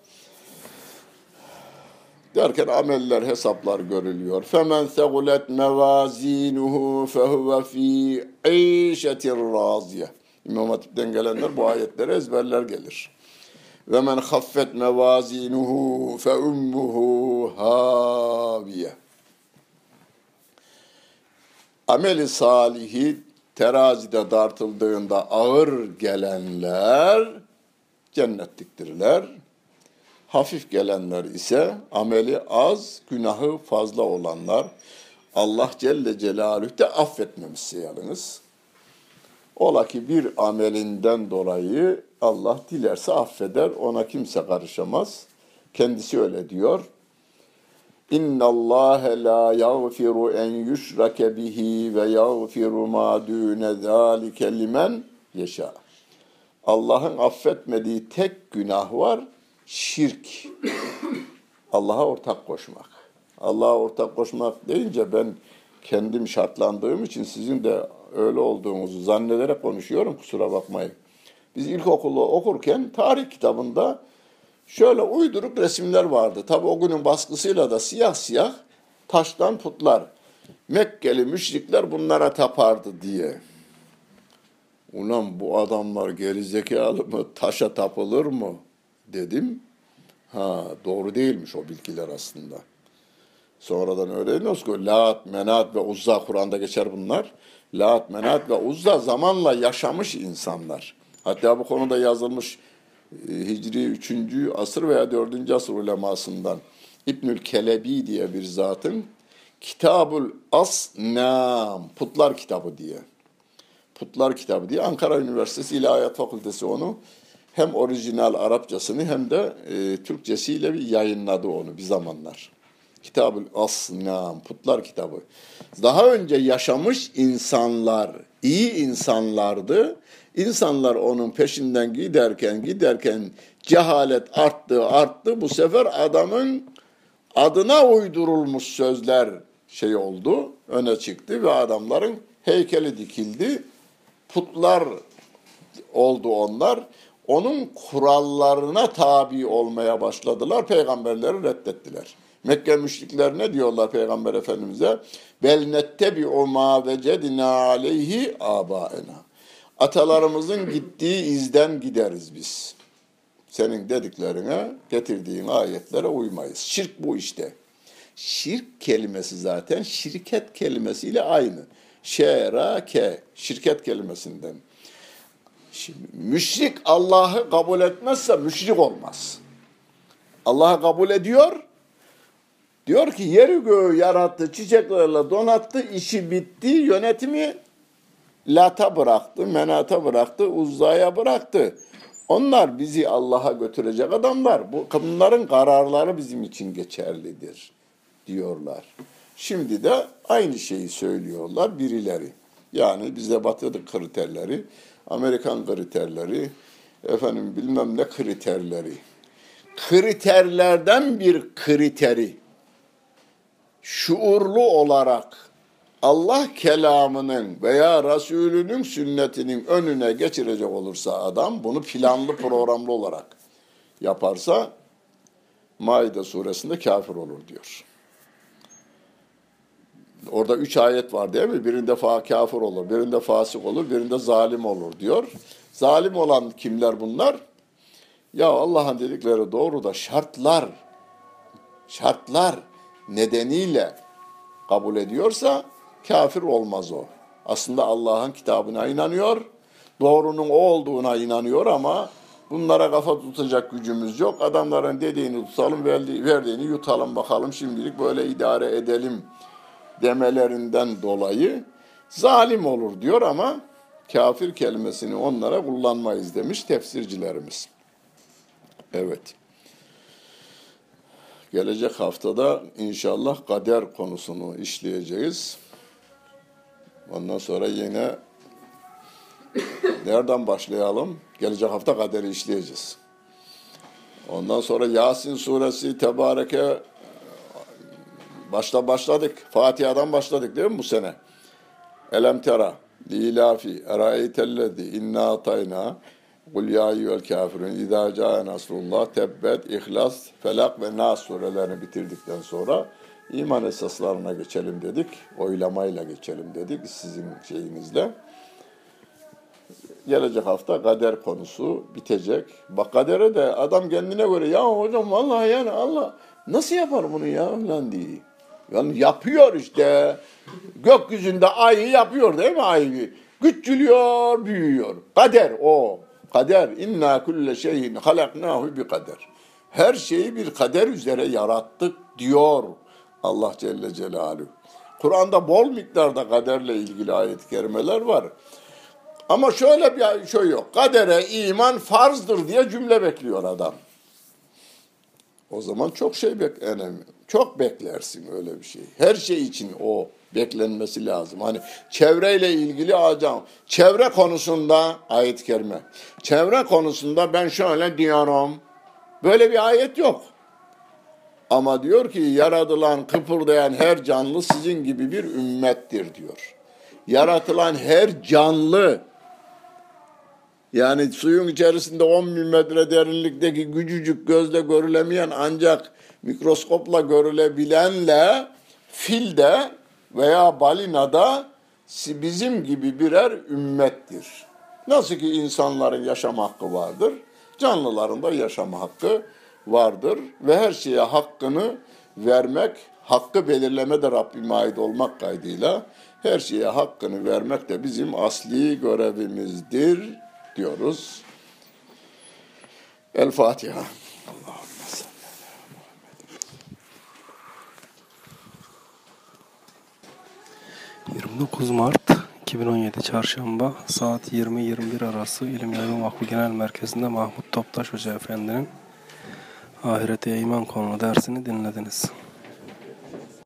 Speaker 1: Derken ameller, hesaplar görülüyor. Femen segulet mevazinuhu fehuve fi işetir raziye. İmam Hatip'ten gelenler bu ayetleri ezberler gelir. Ve men haffet mevazinuhu fe ummuhu haviye. Ameli salihi terazide dartıldığında ağır gelenler cennetliktirler. Hafif gelenler ise ameli az, günahı fazla olanlar. Allah Celle Celaluhu de affetmemişse yalnız. Ola ki bir amelinden dolayı Allah dilerse affeder, ona kimse karışamaz. Kendisi öyle diyor. İnna Allah la yaghfiru en yushrake bihi ve yaghfiru ma dune zalike limen yasha. Allah'ın affetmediği tek günah var, şirk. Allah'a ortak koşmak. Allah'a ortak koşmak deyince ben kendim şartlandığım için sizin de öyle olduğunuzu zannederek konuşuyorum, kusura bakmayın. Biz ilkokulu okurken tarih kitabında şöyle uyduruk resimler vardı. Tabi o günün baskısıyla da siyah siyah taştan putlar. Mekkeli müşrikler bunlara tapardı diye. Ulan bu adamlar gerizekalı mı? Taşa tapılır mı? Dedim. Ha doğru değilmiş o bilgiler aslında. Sonradan öğreniyoruz ki Lat, Menat ve Uzza Kur'an'da geçer bunlar. Lat, Menat ve Uzza zamanla yaşamış insanlar. Hatta bu konuda yazılmış Hicri üçüncü asır veya dördüncü asır ulemasından İbnül Kelebi diye bir zatın Kitabul Asnam, Putlar Kitabı diye. Putlar Kitabı diye Ankara Üniversitesi İlahiyat Fakültesi onu hem orijinal Arapçasını hem de e, Türkçesiyle bir yayınladı onu bir zamanlar. Kitabul Asnam, Putlar Kitabı. Daha önce yaşamış insanlar, iyi insanlardı. İnsanlar onun peşinden giderken giderken cehalet arttı arttı. Bu sefer adamın adına uydurulmuş sözler şey oldu, öne çıktı ve adamların heykeli dikildi. Putlar oldu onlar. Onun kurallarına tabi olmaya başladılar. Peygamberleri reddettiler. Mekke müşrikler ne diyorlar Peygamber Efendimiz'e? Bel nettebi'u ma vecedina aleyhi abaena. Atalarımızın gittiği izden gideriz biz. Senin dediklerine, getirdiğin ayetlere uymayız. Şirk bu işte. Şirk kelimesi zaten şirket kelimesiyle aynı. Şerake, şirket kelimesinden. Şimdi, müşrik Allah'ı kabul etmezse müşrik olmaz. Allah'ı kabul ediyor. Diyor ki yeri göğü yarattı, çiçeklerle donattı, işi bitti, yönetimi Lat'a bıraktı, Menat'a bıraktı, Uzza'ya bıraktı. Onlar bizi Allah'a götürecek adamlar. Bu, bunların kararları bizim için geçerlidir diyorlar. Şimdi de aynı şeyi söylüyorlar birileri. Yani bize Batı kriterleri, Amerikan kriterleri, efendim bilmem ne kriterleri. Kriterlerden bir kriteri şuurlu olarak Allah kelamının veya Resulünün sünnetinin önüne geçirecek olursa adam, bunu planlı programlı olarak yaparsa Maide suresinde kafir olur diyor. Orada üç ayet var değil mi? Birinde fa kafir olur, birinde fasık olur, birinde zalim olur diyor. Zalim olan kimler bunlar? Ya Allah'ın dedikleri doğru da şartlar, şartlar nedeniyle kabul ediyorsa kafir olmaz o. Aslında Allah'ın kitabına inanıyor, doğrunun o olduğuna inanıyor ama bunlara kafa tutacak gücümüz yok. Adamların dediğini tutalım, verdiğini yutalım bakalım, şimdilik böyle idare edelim demelerinden dolayı zalim olur diyor ama kafir kelimesini onlara kullanmayız demiş tefsircilerimiz. Evet. Gelecek haftada inşallah kader konusunu işleyeceğiz. Ondan sonra yine nereden başlayalım? Gelecek hafta kaderi işleyeceğiz. Ondan sonra Yasin suresi, Tebareke başta başladık. Fatiha'dan başladık değil mi bu sene? Elem tera, lilafi, eraeytellezi, inna atayna, kul ya eyyuhel kafirun, idâ câe nasrullah, tebbet, ihlas, felak ve nas surelerini bitirdikten sonra iman esaslarına geçelim dedik. Oylamayla geçelim dedik sizin şeyinizle. Gelecek hafta kader konusu bitecek. Bak kadere de adam kendine göre ya hocam vallahi yani Allah nasıl yapar bunu ya lan diye. Yani yapıyor işte. Gökyüzünde ayı yapıyor değil mi ayı? Küçülüyor, büyüyor. Kader o. Kader. İnna kulle şeyin halaknahu bi kader. Her şeyi bir kader üzere yarattık diyor Allah Celle Celaluhu. Kur'an'da bol miktarda kaderle ilgili ayet-i kerimeler var. Ama şöyle bir şey yok. Kadere iman farzdır diye cümle bekliyor adam. O zaman çok şey bek önemli. Çok beklersin öyle bir şey. Her şey için o beklenmesi lazım. Hani çevreyle ilgili alacağım. Çevre konusunda ayet-i kerime. Çevre konusunda ben şöyle diyorum. Böyle bir ayet yok. Ama diyor ki yaratılan, kıpırdayan her canlı sizin gibi bir ümmettir diyor. Yaratılan her canlı, yani suyun içerisinde on bin metre derinlikteki küçücük gözle görülemeyen ancak mikroskopla görülebilenle filde veya balinada bizim gibi birer ümmettir. Nasıl ki insanların yaşam hakkı vardır, canlıların da yaşam hakkı vardır ve her şeye hakkını vermek, hakkı belirleme de Rabbime ait olmak kaydıyla her şeye hakkını vermek de bizim asli görevimizdir diyoruz. El Fatiha. Allahümme salli ala
Speaker 3: Muhammed. yirmi dokuz Mart iki bin on yedi Çarşamba saat yirmi yirmi bir arası İlim Yayılım Vakfı Genel Merkezi'nde Mahmut Toptaş Hoca Efendi'nin Ahirete İman konulu dersini dinlediniz.